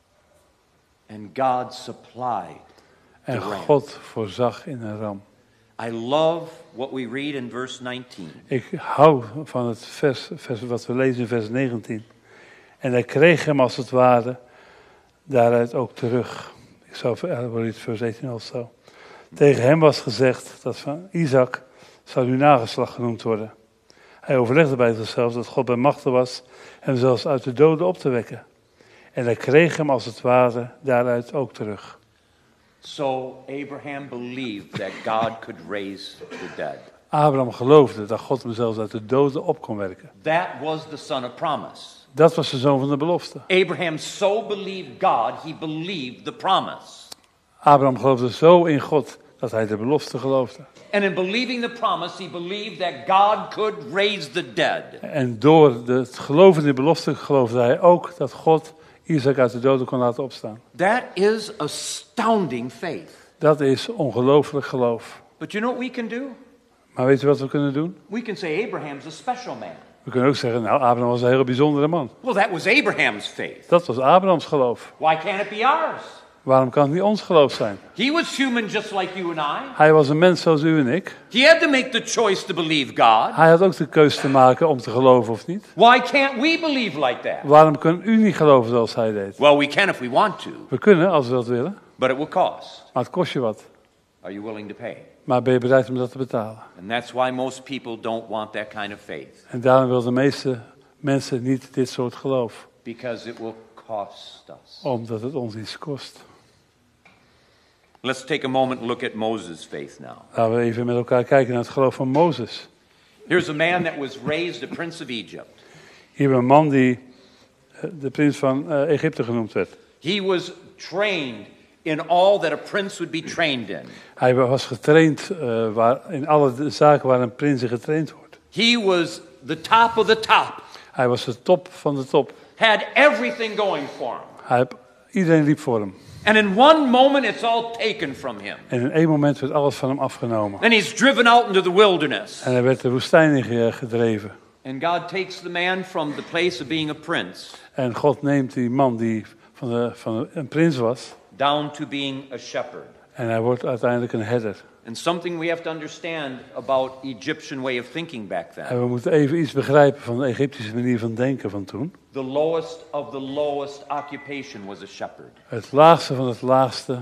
And God supplied the En ram. God voorzag in een ram. I love what we read in verse 19. Ik hou van het vers wat we lezen in vers 19. En hij kreeg hem als het ware daaruit ook terug. Ik zou vers 18 of zo. Tegen hem was gezegd dat van Isaac zou uw nageslacht genoemd worden. Hij overlegde bij zichzelf dat God bij machten was hem zelfs uit de doden op te wekken. En hij kreeg hem als het ware daaruit ook terug. So Abraham believed that God could raise the dead. Abraham geloofde dat God hem zelfs uit de doden op kon werken. That was the son of promise. Dat was de zoon van de belofte. Abraham so believed God, he believed the promise. Abraham geloofde zo in God dat hij de belofte geloofde. And in believing the promise, he believed that God could raise the dead. En door het geloof in de belofte geloofde hij ook dat God Isaac uit de doden kon laten opstaan. That is astounding faith. Dat is ongelooflijk geloof. But you know what we can do? Maar weet u wat we kunnen doen? We can say Abraham's a special man. We kunnen ook zeggen, nou, Abraham was een heel bijzondere man. Well, that was Abraham's faith. Dat was Abrahams geloof. Why can't it be ours? Waarom kan het niet ons geloof zijn? He was human just like you and I. Hij was een mens zoals u en ik. He had to make the choice to believe God. Hij had ook de keus te maken om te geloven of niet. Why can't we believe like that? Waarom kunt u niet geloven zoals hij deed? Well, we can if we want to, We kunnen als we dat willen, but it will cost. maar het kost je wat. Are you willing to pay? Maar ben je bereid om dat te betalen? And that's why most people don't want that kind of faith, En daarom willen de meeste mensen niet dit soort geloof. because it will cost us. Omdat het ons iets kost. Let's take a moment and look at Moses' faith now. Laten we even met elkaar kijken naar het geloof van Mozes. Here's a man that was raised a prince of Egypt. Hier hebben we een man die de prins van Egypte genoemd werd. He was trained in all that a prince would be trained in. Hij was getraind in alle zaken waar een prins in getraind wordt. He was the top of the top. Hij was de top van de top. Had everything going for him. Iedereen liep voor hem. And in one moment, it's all taken from him. En in één moment werd alles van hem afgenomen. And he's driven out into the wilderness. En hij werd de woestijn in gedreven. And God takes the man from the place of being a prince En God neemt die man die van een prins was. down to being a shepherd. En hij wordt uiteindelijk een herder. And something we have to understand about Egyptian way of thinking back En then. we moeten even iets begrijpen van de Egyptische manier van denken van toen. The lowest of the lowest occupation was a shepherd. Het laagste van het laagste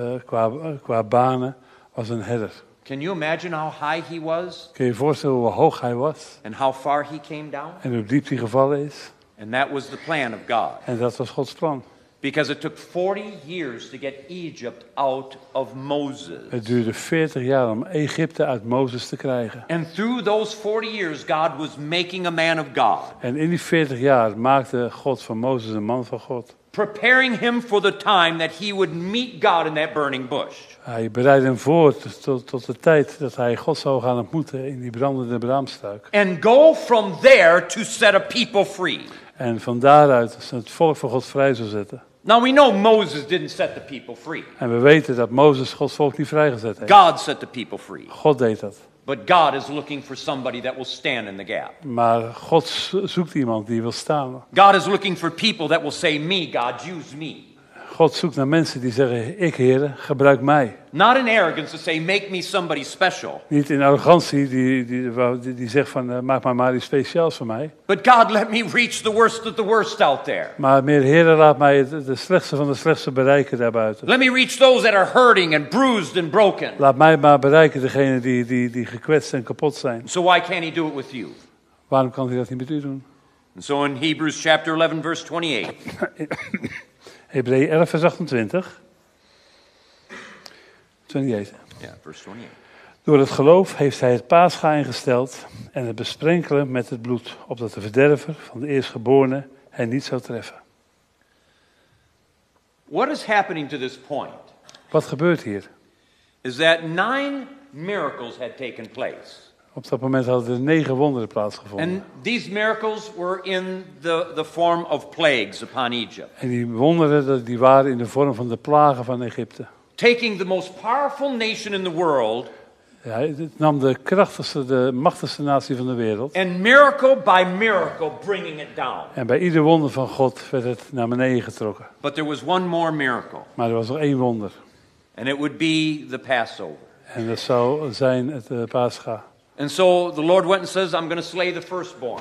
qua banen was een herder. Can you imagine how high he was Kun je je voorstellen hoe hoog hij was? and how far he came down? En hoe diep hij gevallen is? And that was the plan of God. En dat was Gods plan. Because it took 40 years to get Egypt out of Moses. Het duurde 40 jaar om Egypte uit Mozes te krijgen. And through those 40 years, God was making a man of God. En in die 40 jaar maakte God van Mozes een man van God. Preparing him for the time that he would meet God in that burning bush. Hij bereidde hem voor tot de tijd dat hij God zou gaan ontmoeten in die brandende braamstruik. And go from there to set a people free. En van daaruit het volk van God vrij zou zetten. Now we know Moses didn't set the people free. En we weten dat Mozes Gods volk niet vrijgezet heeft. God set the people free. God deed dat. But God is looking for somebody that will stand in the gap. Maar God zoekt iemand die wil staan. God is looking for people that will say, me, God, use me. God zoekt naar mensen die zeggen, ik Heere, gebruik mij. Not in arrogance to say, make me somebody special. Niet in arrogantie die zegt van, maak maar iets speciaals voor mij. But God, let me reach the worst of the worst out there. Maar meer Heere, laat mij de slechtste van de slechtste bereiken daarbuiten. Let me reach those that are hurting and bruised and broken. Laat mij maar bereiken degenen die gekwetst en kapot zijn. So why can't he do it with you? Waarom kan hij dat niet met u doen? And so in Hebrews chapter 11 verse 28. Hebreeën 11 vers 28. 28. Yeah, verse 28. Door het geloof heeft hij het paascha ingesteld en het besprenkelen met het bloed, opdat de verderver van de eerstgeborene hen niet zou treffen. What is happening to this point Wat gebeurt hier? is that 9 miracles had taken place. Op dat moment hadden er 9 wonderen plaatsgevonden. And these miracles were in the form of plagues upon Egypt. En die wonderen die waren in de vorm van de plagen van Egypte. Taking the most powerful nation in the world. Ja, het nam de krachtigste, de machtigste natie van de wereld. And miracle by miracle bringing it down. En bij ieder wonder van God werd het naar beneden getrokken. But there was one more miracle. Maar er was nog 1 wonder. And it would be the Passover. En dat zou zijn het paascha. And so the Lord went and says, I'm going to slay the firstborn.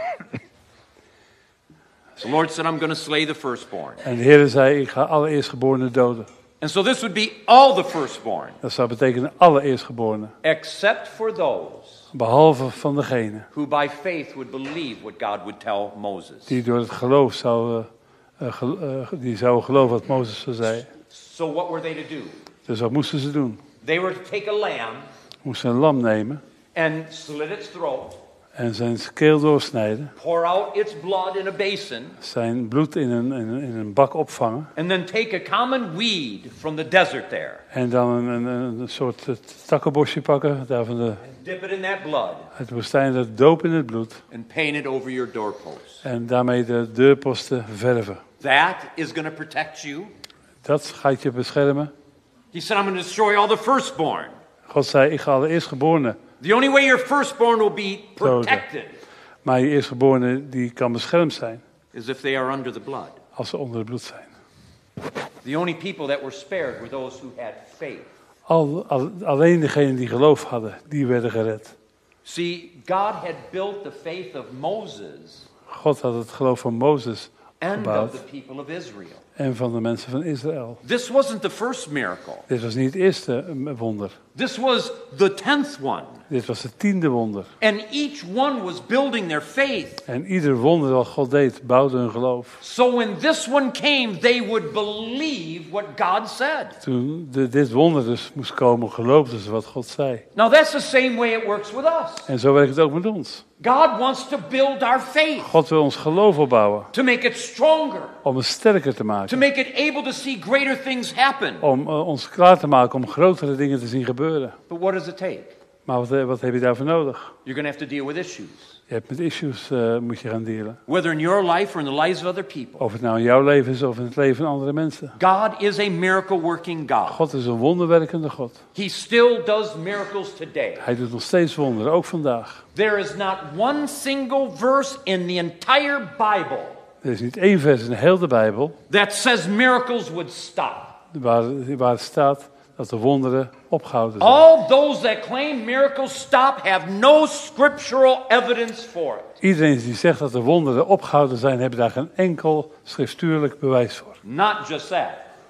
The Lord said, I'm going to slay the firstborn. En de Heer zei, ik ga alle eerstgeborenen doden. And so this would be all the firstborn. Dat zou betekenen alle eerstgeborenen. Except for those Behalve van degene who by faith would believe what God would tell Moses. die door het geloof zouden geloven wat Mozes zei. So what were they to do? Dus wat moesten ze doen? They were to take a lamb Ze moesten een lam nemen and slit its throat, en zijn keel doorsnijden. pour out its blood in a basin, Zijn bloed in een bak opvangen. and then take a common weed from the desert there. En dan een soort takkenbosje pakken. Daar van Dip it in that blood uit de woestijn, dat doop in het bloed. and paint it over your doorposts. En daarmee de deurposten verven. That is going to protect you. Dat gaat je beschermen. He said, I'm going to destroy all the firstborn. God zei, ik ga alle eerstgeborenen The only way your firstborn will be protected Maar je eerstgeborene die kan beschermd zijn is if they are under the blood. als ze onder het bloed zijn. The only people that were spared were those who had faith. Alleen degenen die geloof hadden, die werden gered. See, God had built the faith of Moses God had het geloof van Mozes and gebouwd of the people of Israel. en van de mensen van Israël. This wasn't the first miracle. Dit was niet het eerste wonder. This was the 10th one. Dit was het 10e wonder. And each one was building their faith. En ieder wonder wat God deed, bouwde hun geloof. So when this one came, they would believe what God said. Toen dit wonder dus moest komen, geloofden ze wat God zei. Now that's the same way it works with us. En zo werkt het ook met ons. God wants to build our faith, God wil ons geloof opbouwen, to make it stronger, om het sterker te to maken. make it able to see greater things happen. Om ons klaar te maken om grotere dingen te zien gebeuren. But what does it take? Maar wat heb je daarvoor nodig? You're going to have to deal with issues. Je hebt met issues moet je gaan dealen. Whether in your life or in the lives of other people. Of het nou in jouw leven is of in het leven van andere mensen. God is a miracle working God. God is een wonderwerkende God. He still does miracles today. Hij doet nog steeds wonderen, ook vandaag. There is not one single verse in the entire Bible Er is niet één vers in de hele Bijbel that says miracles would stop. waar het staat dat de wonderen opgehouden zijn. All those that claim miracles stop have no scriptural evidence for it. Iedereen die zegt dat de wonderen opgehouden zijn, hebben daar geen enkel schriftuurlijk bewijs voor. Not just that.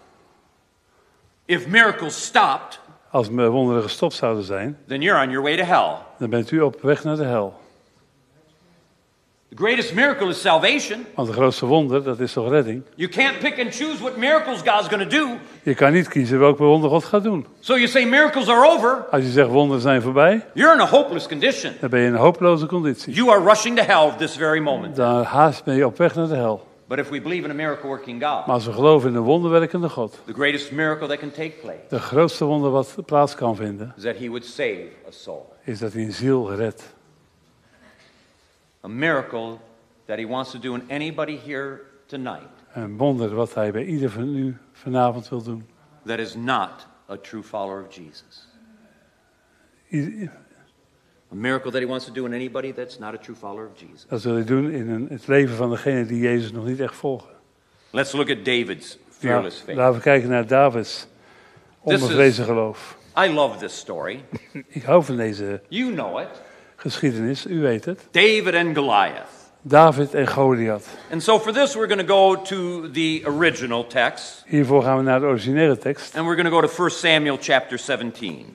If miracles stopped, Als wonderen gestopt zouden zijn, then you're on your way to hell. dan bent u op weg naar de hel. The greatest miracle is salvation. Want het grootste wonder, dat is toch redding? You can't pick and choose what miracles God's going to do. Je kan niet kiezen welk wonder God gaat doen. So you say miracles are over, Als je zegt wonderen zijn voorbij, you're in a hopeless condition. dan ben je in een hopeloze conditie. You are rushing to hell at this very moment. Dan haast ben je op weg naar de hel. But if we believe in a miracle working God, Maar als we geloven in een wonderwerkende God, the greatest miracle that can take place de grootste wonder wat plaats kan vinden, is that he would save a soul. is dat hij een ziel redt. A miracle that he wants to do in anybody here tonight Een wonder wat hij bij ieder van u vanavond wil doen. that is not a true follower of Jesus. A miracle that he wants to do in anybody that's not a true follower of Jesus. Dat wil hij doen in het leven van degenen die Jezus nog niet echt volgen. Let's look at David's fearless faith. Laten we kijken naar Davids onbevrezen geloof. I love this story. Ik hou van deze You know it. geschiedenis, u weet het. David and Goliath. David en Goliath. And so for this we're going to go to the original text. Hiervoor gaan we naar de originele tekst. And we're going to go to 1 Samuel chapter 17.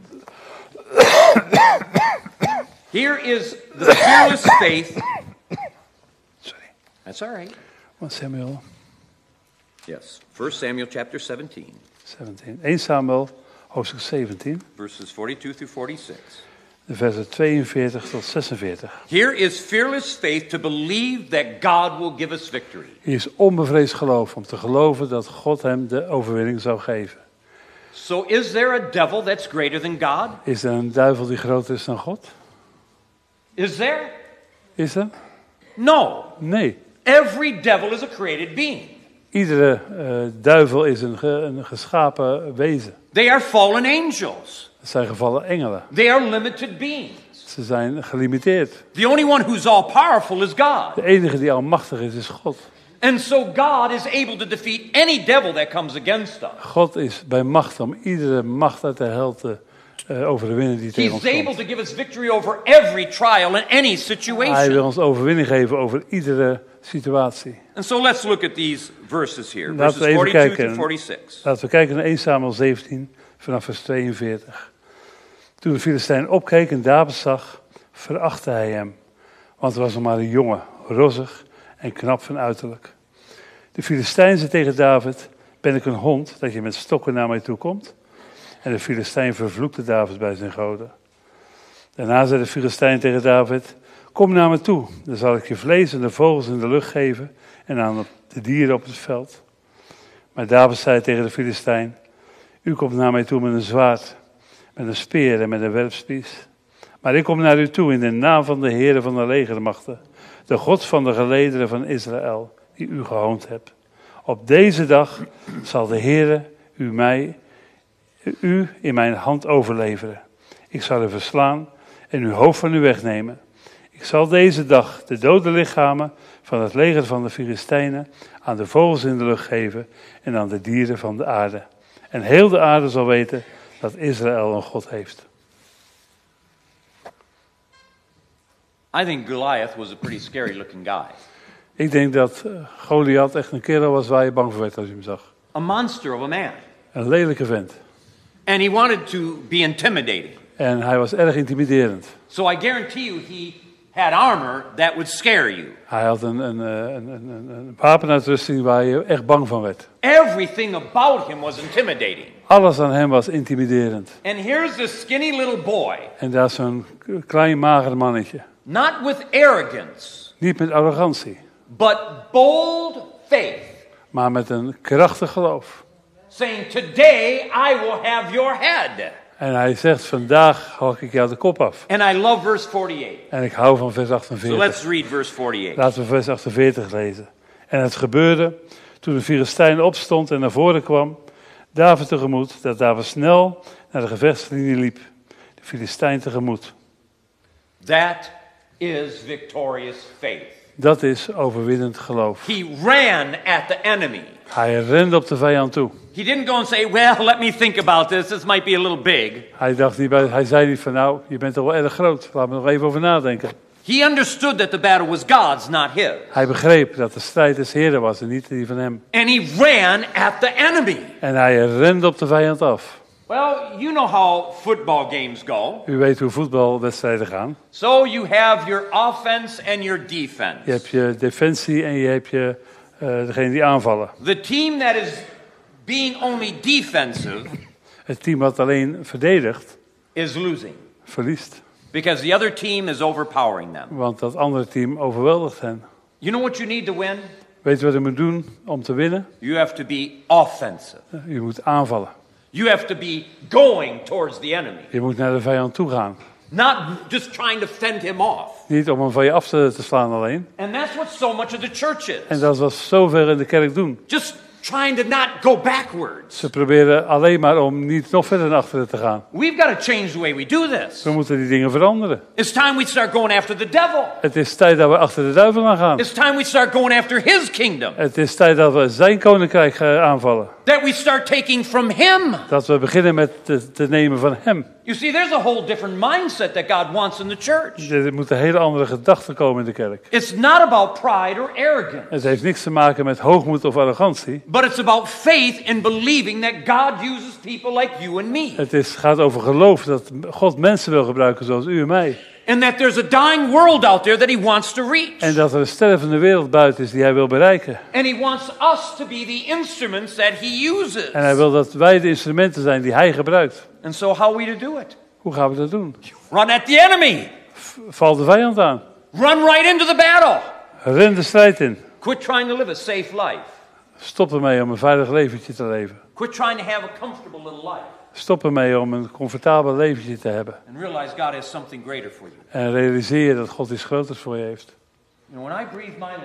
Here is the fearless faith. Sorry. That's all right. 1 Samuel Yes. 1 Samuel chapter 17. 17. 1 Samuel, hoofdstuk 17, Verses 42 through 46. de versen 42 tot 46. Here is fearless faith to believe that God will give us victory. Hier is onbevreesd geloof om te geloven dat God hem de overwinning zou geven. So is there a devil that's greater than God? Is er een duivel die groter is dan God? Is there? Is er? No. Nee. Every devil is a created being. Iedere duivel is een geschapen wezen. They are fallen angels. Het zijn gevallen engelen. They are limited beings. Ze zijn gelimiteerd. The only one who's all powerful is God. De enige die almachtig is God. And so God is able to defeat any devil that comes against us. God is bij macht om iedere macht uit de hel te overwinnen die tegen ons He's able komt. to give us victory over every trial in any Hij situation. wil ons overwinning geven over iedere situatie. And so let's look at these verses here. Laten we Verses even 42 kijken. through 46. Laten we kijken naar 1 Samuel 17 vanaf vers 42. Toen de Filistijn opkeek en David zag, verachtte hij hem. Want hij was nog maar een jongen, rozig en knap van uiterlijk. De Filistijn zei tegen David, ben ik een hond dat je met stokken naar mij toe komt? En de Filistijn vervloekte David bij zijn goden. Daarna zei de Filistijn tegen David, kom naar me toe, dan zal ik je vlees en de vogels in de lucht geven en aan de dieren op het veld. Maar David zei tegen de Filistijn, u komt naar mij toe met een zwaard, met een speer en met een werpspies. Maar ik kom naar u toe in de naam van de Heere van de legermachten, de God van de gelederen van Israël, die u gehoond hebt. Op deze dag zal de Heere u in mijn hand overleveren. Ik zal u verslaan en uw hoofd van u wegnemen. Ik zal deze dag de dode lichamen van het leger van de Filistijnen aan de vogels in de lucht geven en aan de dieren van de aarde. En heel de aarde zal weten dat Israël een God heeft. I think Goliath was a pretty scary looking guy. Ik denk dat Goliath echt een kerel was waar je bang voor werd als je hem zag. A monster of a man. Een lelijke vent. And he wanted to be intimidating. En hij was erg intimiderend. So I guarantee you he had armor that would scare you. Hij had een wapenuitrusting waar je echt bang van werd. Everything about him was intimidating. Alles aan hem was intimiderend. And here's this skinny little boy, En daar is zo'n klein mager mannetje. not with arrogance, Niet met arrogantie, but bold faith, maar met een krachtig geloof. saying, today I will have your head. En hij zegt, vandaag hak ik jou de kop af. And I love verse 48. En ik hou van vers So 48. let's read verse 48. Laten we vers 48 lezen. En het gebeurde, toen de Filistijn opstond en naar voren kwam, David tegemoet, dat David snel naar de gevechtslinie liep. De Filistijn tegemoet. That is victorious faith. Dat is overwinnend geloof. He ran at the enemy. Hij rende op de vijand toe. He didn't go and say, well, let me think about this. This might be a little big. Hij zei niet van, nou, je bent toch wel erg groot. Laat me nog even over nadenken. He understood that the battle was God's, not his. Hij begreep dat de strijd des Heeren was en niet die van hem. And he ran at the enemy. En hij rende op de vijand af. Well, you know how football games go. U weet hoe voetbalwedstrijden gaan. So you have your offense and your defense. Je hebt je defensie en je hebt degene die aanvallen. The team that is being only defensive Het team wat alleen verdedigt, is losing. verliest. Because the other team is overpowering them. Want dat andere team overweldigt hen. You know what you need to win? Weet je wat je moet doen om te winnen? You have to be offensive. Je moet aanvallen. You have to be going towards the enemy. Je moet naar de vijand toe gaan. Not just trying to fend him off. Niet om hem van je af te slaan alleen. And that's what so much of the church is. En dat was zoveel in de kerk doen. Just trying to not go backwards. Ze proberen alleen maar om niet nog verder naar achteren te gaan. We've got to change the way we do this. We moeten die dingen veranderen. It's time we start going after the devil. Het is tijd dat we achter de duivel aan gaan. It's time we start going after his kingdom. Het is tijd dat we zijn koninkrijk aanvallen. That we start taking from him. Dat we beginnen met te nemen van hem. You see, there's a whole different mindset that God wants in the church. Er moeten hele andere gedachten komen in de kerk. It's not about pride or arrogance. Het heeft niks te maken met hoogmoed of arrogantie. But it's about faith in believing that God uses people like you and me. Het gaat over geloof dat God mensen wil gebruiken zoals u en mij. And that there's a dying world out there that he wants to reach. En dat er een stervende wereld buiten is die hij wil bereiken. And he wants us to be the instruments that he uses. En hij wil dat wij de instrumenten zijn die hij gebruikt. And so how are we to do it? Hoe gaan we dat doen? Run at the enemy. Val de vijand aan. Run right into the battle. Ren de strijd in. Quit trying to live a safe life. Stop ermee om een veilig leventje te leven. Quit trying to have a comfortable little life. Stop ermee om een comfortabel leventje te hebben. And realize God has something greater for you. En realiseer dat God iets groters voor je heeft. You know, when I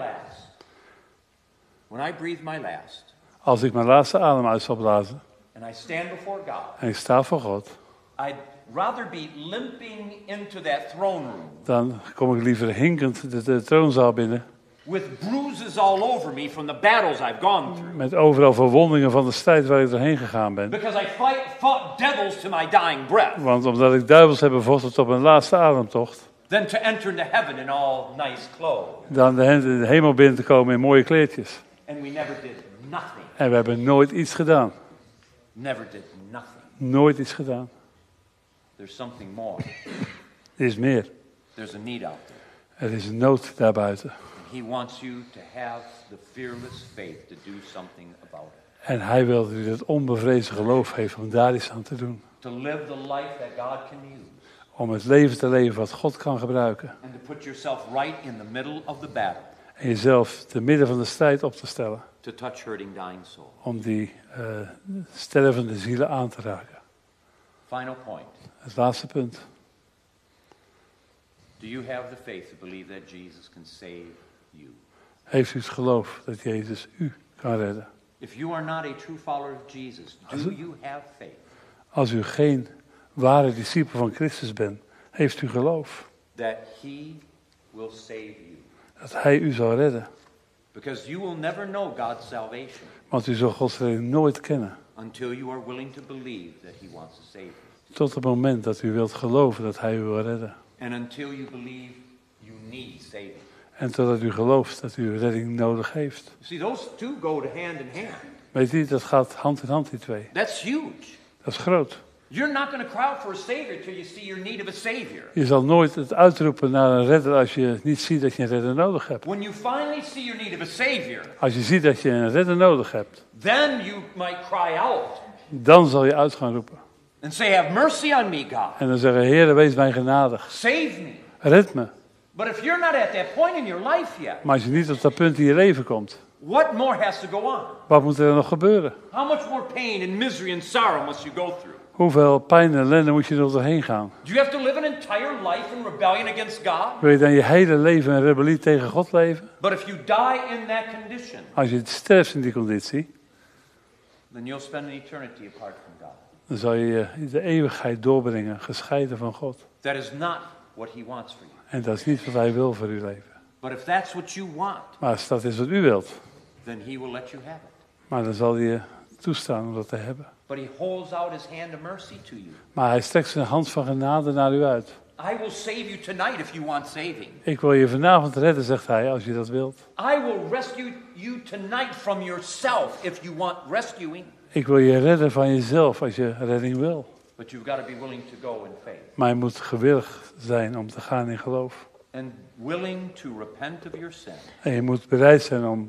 breathe my last, Als ik mijn laatste adem uit zal blazen and I stand before God, en ik sta voor God, I'd rather be limping into that throne room dan kom ik liever hinkend de troonzaal binnen. with bruises all over me from the battles I've gone through. Met overal verwondingen van de strijd waar ik doorheen gegaan ben. Because I fought devils to my dying breath. Want omdat ik duivels heb bevochten tot mijn laatste ademtocht, Than to enter into heaven in all nice clothes. dan de hemel binnen te komen in mooie kleedjes. And we never did nothing. En we hebben nooit iets gedaan. Never did nothing. Nooit iets gedaan. There's something more. Er is meer. There's a need out there. Er is een nood daarbuiten. He wants you to have the fearless faith to do something about it. En hij wil dat u het onbevreesde geloof heeft om daar iets aan te doen. To live the life that God can use. Om het leven te leven wat God kan gebruiken. And to put yourself right in the middle of the battle. En jezelf te midden van de strijd op te stellen. To touch hurting dying souls. Om die stervende zielen aan te raken. Final point. Het laatste punt. Do you have the faith to believe that Jesus can save you? Heeft u het geloof dat Jezus u kan redden? If you are not a true follower of Jesus, do you have faith? Als u geen ware discipel van Christus bent, Heeft u geloof that he will save you. dat hij u zal redden? Because you will never know God's salvation Want u zal Gods redding nooit kennen. until you are willing to believe that he wants to save you. Tot het moment dat u wilt geloven dat hij u wil redden. And until you believe you need saving. En totdat u gelooft dat u redding nodig heeft. See, those two go to hand in hand. Weet u, dat gaat hand in hand, die twee. That's huge. Dat is groot. You're not going to cry out for a savior till you see your need of a savior. Je zal nooit het uitroepen naar een redder als je niet ziet dat je een redder nodig hebt. When you finally see your need of a savior, Als je ziet dat je een redder nodig hebt, then you might cry out dan zal je uit gaan roepen. and say, have mercy on me, God. En dan zeggen, Heere, wees mij genadig. Save me. Red me. But if you're not at that point in your life yet, Maar als je niet op dat punt in je leven komt, what more has to go on? wat moet er nog gebeuren? How much more pain and misery and sorrow must you go through? Hoeveel pijn en ellende moet je er doorheen gaan? Do you have to live an entire life in rebellion against God? Wil je dan je hele leven in rebellie tegen God leven? But if you die in that condition, Als je sterft in die conditie, then you'll spend an eternity apart from God. dan zal je de eeuwigheid doorbrengen, gescheiden van God. That is not what he wants for you. En dat is niet wat hij wil voor uw leven. But if that's what you want, Maar als dat is wat u wilt, then he will let you have it. maar dan zal hij je toestaan om dat te hebben. But he holds out his hand of mercy to you. Maar hij strekt zijn hand van genade naar u uit. I will save you tonight if you want saving. Ik wil je vanavond redden, zegt hij, als je dat wilt. I will rescue you tonight from yourself if you want rescuing. Ik wil je redden van jezelf als je redding wil. But you've got to be willing to go in faith. Maar je moet gewillig zijn om te gaan in geloof. And willing to repent of your sin. En je moet bereid zijn om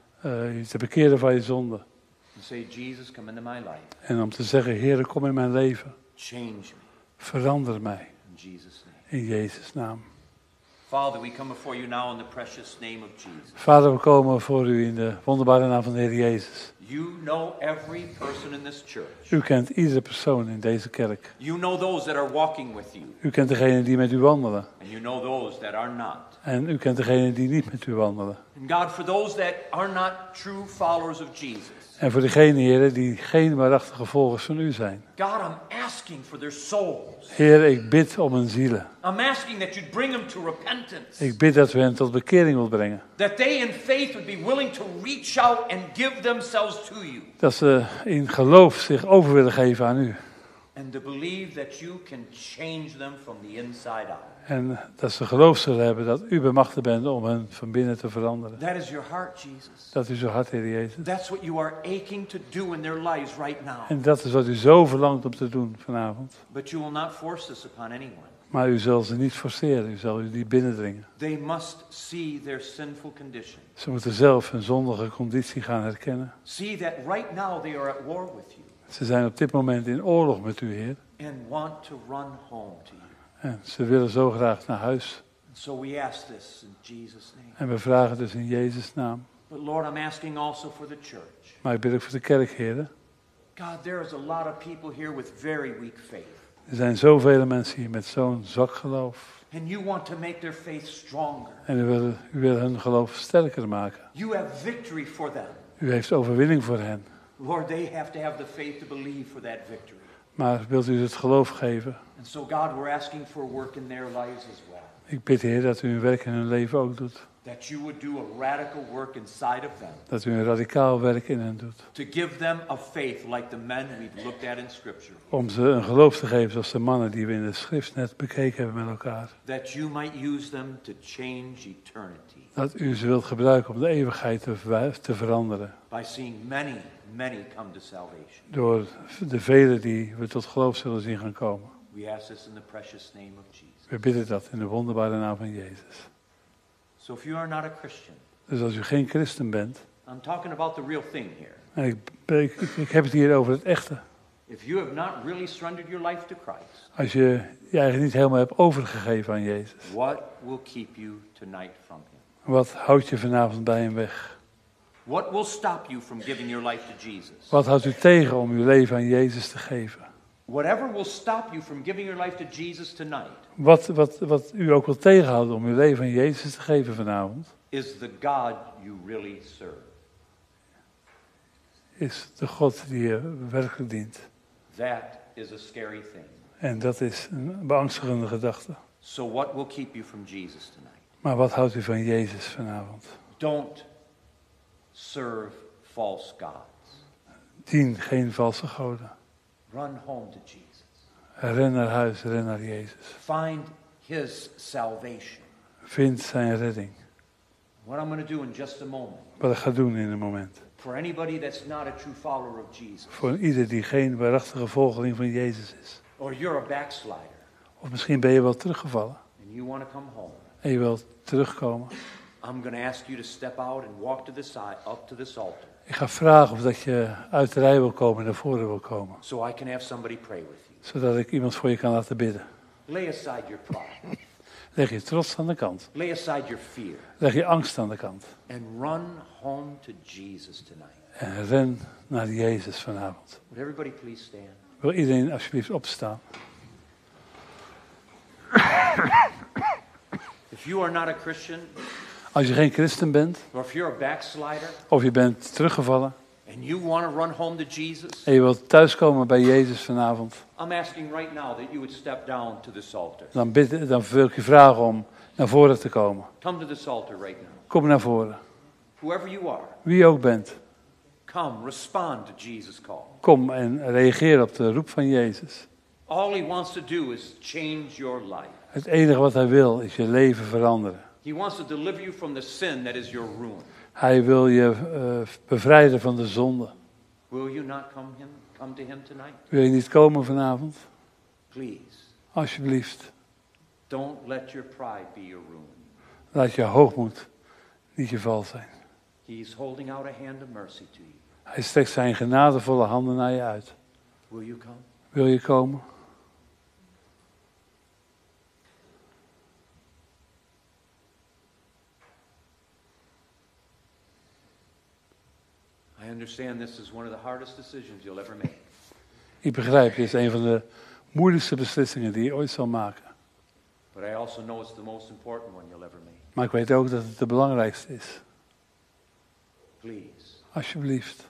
je te bekeren van je zonde. And say, Jesus, come into my life. En om te zeggen, Heer, kom in mijn leven. Change me. Verander mij. In Jesus' name. In Jezus' naam. Father, we come before you now in the precious name of Jesus. Vader, we komen voor u in de wonderbare naam van de Heer Jezus. You know every person in this church. U kent iedere persoon in deze kerk. You know those that are walking with you. U kent degenen die met u wandelen. And you know those that are not. En u kent degenen die niet met u wandelen. And God, for those that are not true followers of Jesus. En voor degenen, Heer, die geen waarachtige volgers van u zijn. God, I'm asking for their souls. Heer, ik bid om hun zielen. I'm asking that you'd bring them to repentance. Ik bid dat u hen tot bekering wilt brengen. That they in faith would be willing to reach out and give themselves to you. Dat ze in geloof zich over willen geven aan u. And to believe that you can change them from the inside out. En dat ze geloof zullen hebben dat u bemachtigd bent om hen van binnen te veranderen. That is your heart, Jesus. Dat is uw hart, Heer Jezus. That's what you are aching to do in their lives right now. En dat is wat u zo verlangt om te doen vanavond. But you will not force this upon anyone. Maar u zal ze niet forceren, u zal u niet binnendringen. They must see their sinful condition. Ze moeten zelf hun zondige conditie gaan herkennen. See that right now they are at war with you. Ze zijn op dit moment in oorlog met u, Heer. And want to run home to you. En ze willen zo graag naar huis. So we ask this in Jesus' name. En we vragen dus in Jezus' naam. But Lord, I'm asking also for the church. Maar ik bid ook voor de kerk, Heer. God, there is a lot of people here with very weak faith. Er zijn zoveel mensen hier met zo'n zwak geloof. And you want to make their faith stronger. En u wil hun geloof sterker maken. You have victory for them. U heeft overwinning voor hen. Lord, they have to have the faith to believe for that victory. Maar wilt u het geloof geven? And so God, we're asking for work in their lives as well. Ik bid, Heer, dat u een werk in hun leven ook doet. That you would do a radical work inside of them. Dat u een radicaal werk in hen doet. To give them a faith like the men we've looked at in Scripture. Om ze een geloof te geven zoals de mannen die we in de schrift net bekeken hebben met elkaar. That you might use them to change eternity. Dat u ze wilt gebruiken om de eeuwigheid te veranderen. By seeing many, many come to salvation. Door de velen die we tot geloof zullen zien gaan komen. We ask this in the precious name of Jesus. We bidden dat in de wonderbare naam van Jezus. So if you are not a Christian, Dus als u geen christen bent. I'm talking about the real thing here. En ik heb het hier over het echte. If you have not really surrendered your life to Christ, Als je je eigenlijk niet helemaal hebt overgegeven aan Jezus. what will keep you tonight from Him? Wat houdt je vanavond bij hem weg? What will stop you from giving your life to Jesus? Wat houdt u tegen om uw leven aan Jezus te geven? Whatever will stop you from giving your life to Jesus tonight Wat u ook wil tegenhouden om uw leven aan Jezus te geven vanavond, is the God you really serve. is de God die je werkelijk dient. That is a scary thing. En dat is een beangstigende gedachte. So what will keep you from Jesus tonight? Maar wat houdt u van Jezus vanavond? Don't serve false gods. Dien geen valse goden. Run home to Jesus. Ren naar huis, ren naar Jezus. Find his salvation. Vind zijn redding. What I'm going to do in just a moment. Wat ik ga doen in een moment. For anybody that's not a true follower of Jesus. Voor ieder die geen waarachtige volgeling van Jezus is. Or you're a backslider. Of misschien ben je wel teruggevallen. And you want to come home. En je wilt terugkomen. I'm going to ask you to step out and walk to the side, up to this altar. Ik ga vragen of dat je uit de rij wil komen en naar voren wil komen. So I can have somebody pray with you. Zodat ik iemand voor je kan laten bidden. Lay aside your pride. Leg je trots aan de kant. Lay aside your fear. Leg je angst aan de kant. And run home to Jesus tonight. En ren naar Jezus vanavond. Would everybody please stand? Wil iedereen alsjeblieft opstaan? If you are not a Christian, Als je geen christen bent, or if you're a backslider, of je bent teruggevallen and you want to run home to Jesus, en je wilt thuiskomen bij Jezus vanavond, I'm asking right now that you would step down to this altar. dan wil ik je vragen om naar voren te komen. Come to this altar right now. Kom naar voren. Whoever you are, Wie je ook bent, come, respond to Jesus' call. kom en reageer op de roep van Jezus. All he wants to do is change your life. Het enige wat hij wil is je leven veranderen. He wants to deliver you from the sin that is your ruin. Hij wil je bevrijden van de zonde. Will you not come to him tonight? Wil je niet komen vanavond? Please, Alsjeblieft. don't let your pride be your ruin. Laat je hoogmoed niet je val zijn. He's holding out a hand of mercy to you. Hij strekt zijn genadevolle handen naar je uit. Will you come? Wil je komen? I understand this is one of the hardest decisions you'll ever make. Ik begrijp, dit is een van de moeilijkste beslissingen die je ooit zal maken. But I also know it's the most important one you'll ever make. Maar ik weet ook dat het de belangrijkste is. Please. Alsjeblieft.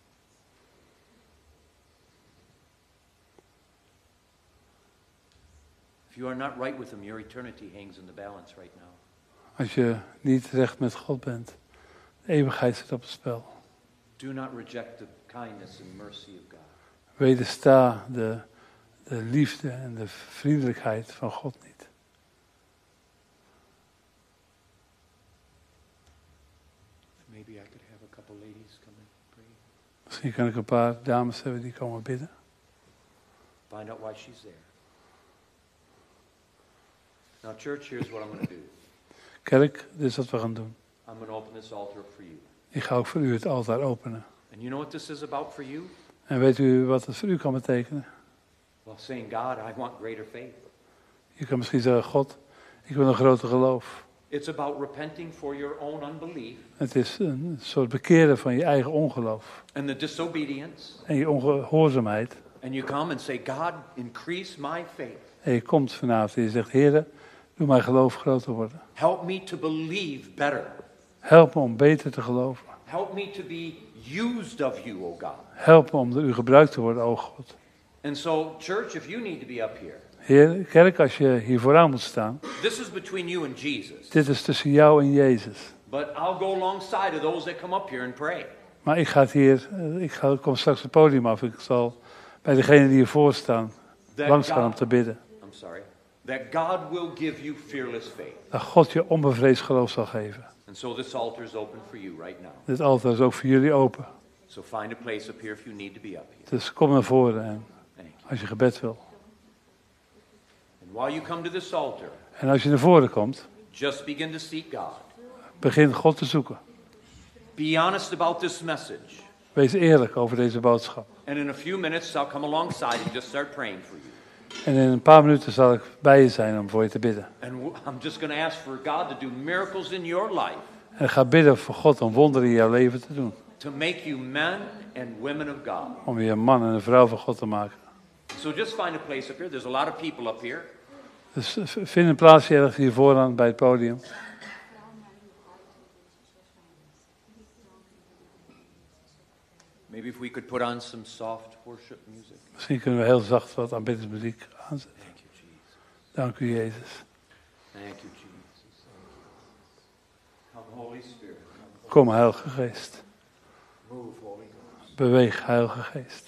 If you are not right with him, your eternity hangs in the balance right now. Als je niet recht met God bent, de eeuwigheid zit op het spel. Do not reject the kindness and mercy of God. Wedersta de liefde en de vriendelijkheid van God niet. Maybe I could have a couple ladies come and pray. Misschien kan ik een paar dames hebben die komen bidden. Find out why she's there. Now, church, here's what I'm going to do. Kerk, dit is wat we gaan doen. I'm going to open this altar up for you. Ik ga ook voor u het altaar openen. And you know what this is about for you? En weet u wat het voor u kan betekenen? Well, saying, God, I want greater faith. Je kan misschien zeggen, God, ik wil een groter geloof. It's about repenting for your own unbelief Het is een soort bekeren van je eigen ongeloof. and the disobedience. En je ongehoorzaamheid. And you come and say, God, increase my faith. En je komt vanavond en je zegt, Heere, doe mijn geloof groter worden. Help me to believe better. Help me om beter te geloven. Help me to be used of you, O God. Help me om door u gebruikt te worden, o God. And so, church, if you need to be up here, Heer, kerk, als je hier vooraan moet staan, this is between you and Jesus. dit is tussen jou en Jezus. But I'll go alongside of those that come up here and pray. Maar ik kom straks het podium af. Ik zal bij degenen die hiervoor staan langs gaan om te bidden. I'm sorry. That God will give you fearless faith. Dat God je onbevreesd geloof zal geven. And so this altar is open for you right now. Dit altaar is ook voor jullie open. So find a place up here if you need to be up here. Dus kom naar voren en Thank you. als je gebed wil. And while you come to this altar, En als je naar voren komt, just begin to seek God. begin God te zoeken. Be honest about this message. Wees eerlijk over deze boodschap. And in a few minutes, I'll come alongside and just start praying for you. En in een paar minuten zal ik bij je zijn om voor je te bidden. And I'm just going to ask for God to do miracles in your life. En ik ga bidden voor God om wonderen in jouw leven te doen. To make you men and women of God. Om je een man en een vrouw van God te maken. So just find a place up here. There's a lot of people up here. Dus vind een plaatsje ergens hier vooraan bij het podium. Maybe if we could put on some soft worship music. Misschien kunnen we heel zacht wat aanbiddingsmuziek aanzetten. Thank you, Jesus. Dank u, Jezus. Thank you, Jesus. Come, Holy Spirit. Kom, Heilige Geest. Move, Holy Ghost. Beweeg, Heilige Geest.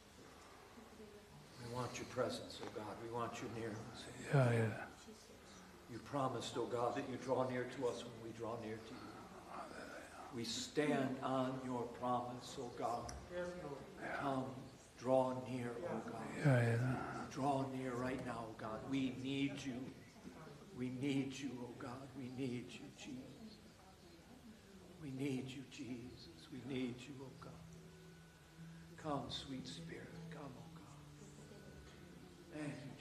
We want your presence, oh God. We want you near us. Ja, Heer. You promised, oh God, that you draw near to us when we draw near to you. We stand on your promise, oh God. Come, draw near, oh God. Ja, Heer. Draw near right now, oh God. We need you. We need you, oh God. We need you, Jesus. We need you, Jesus. We need you, oh God. Come, sweet Spirit. Come, oh God. Thank you.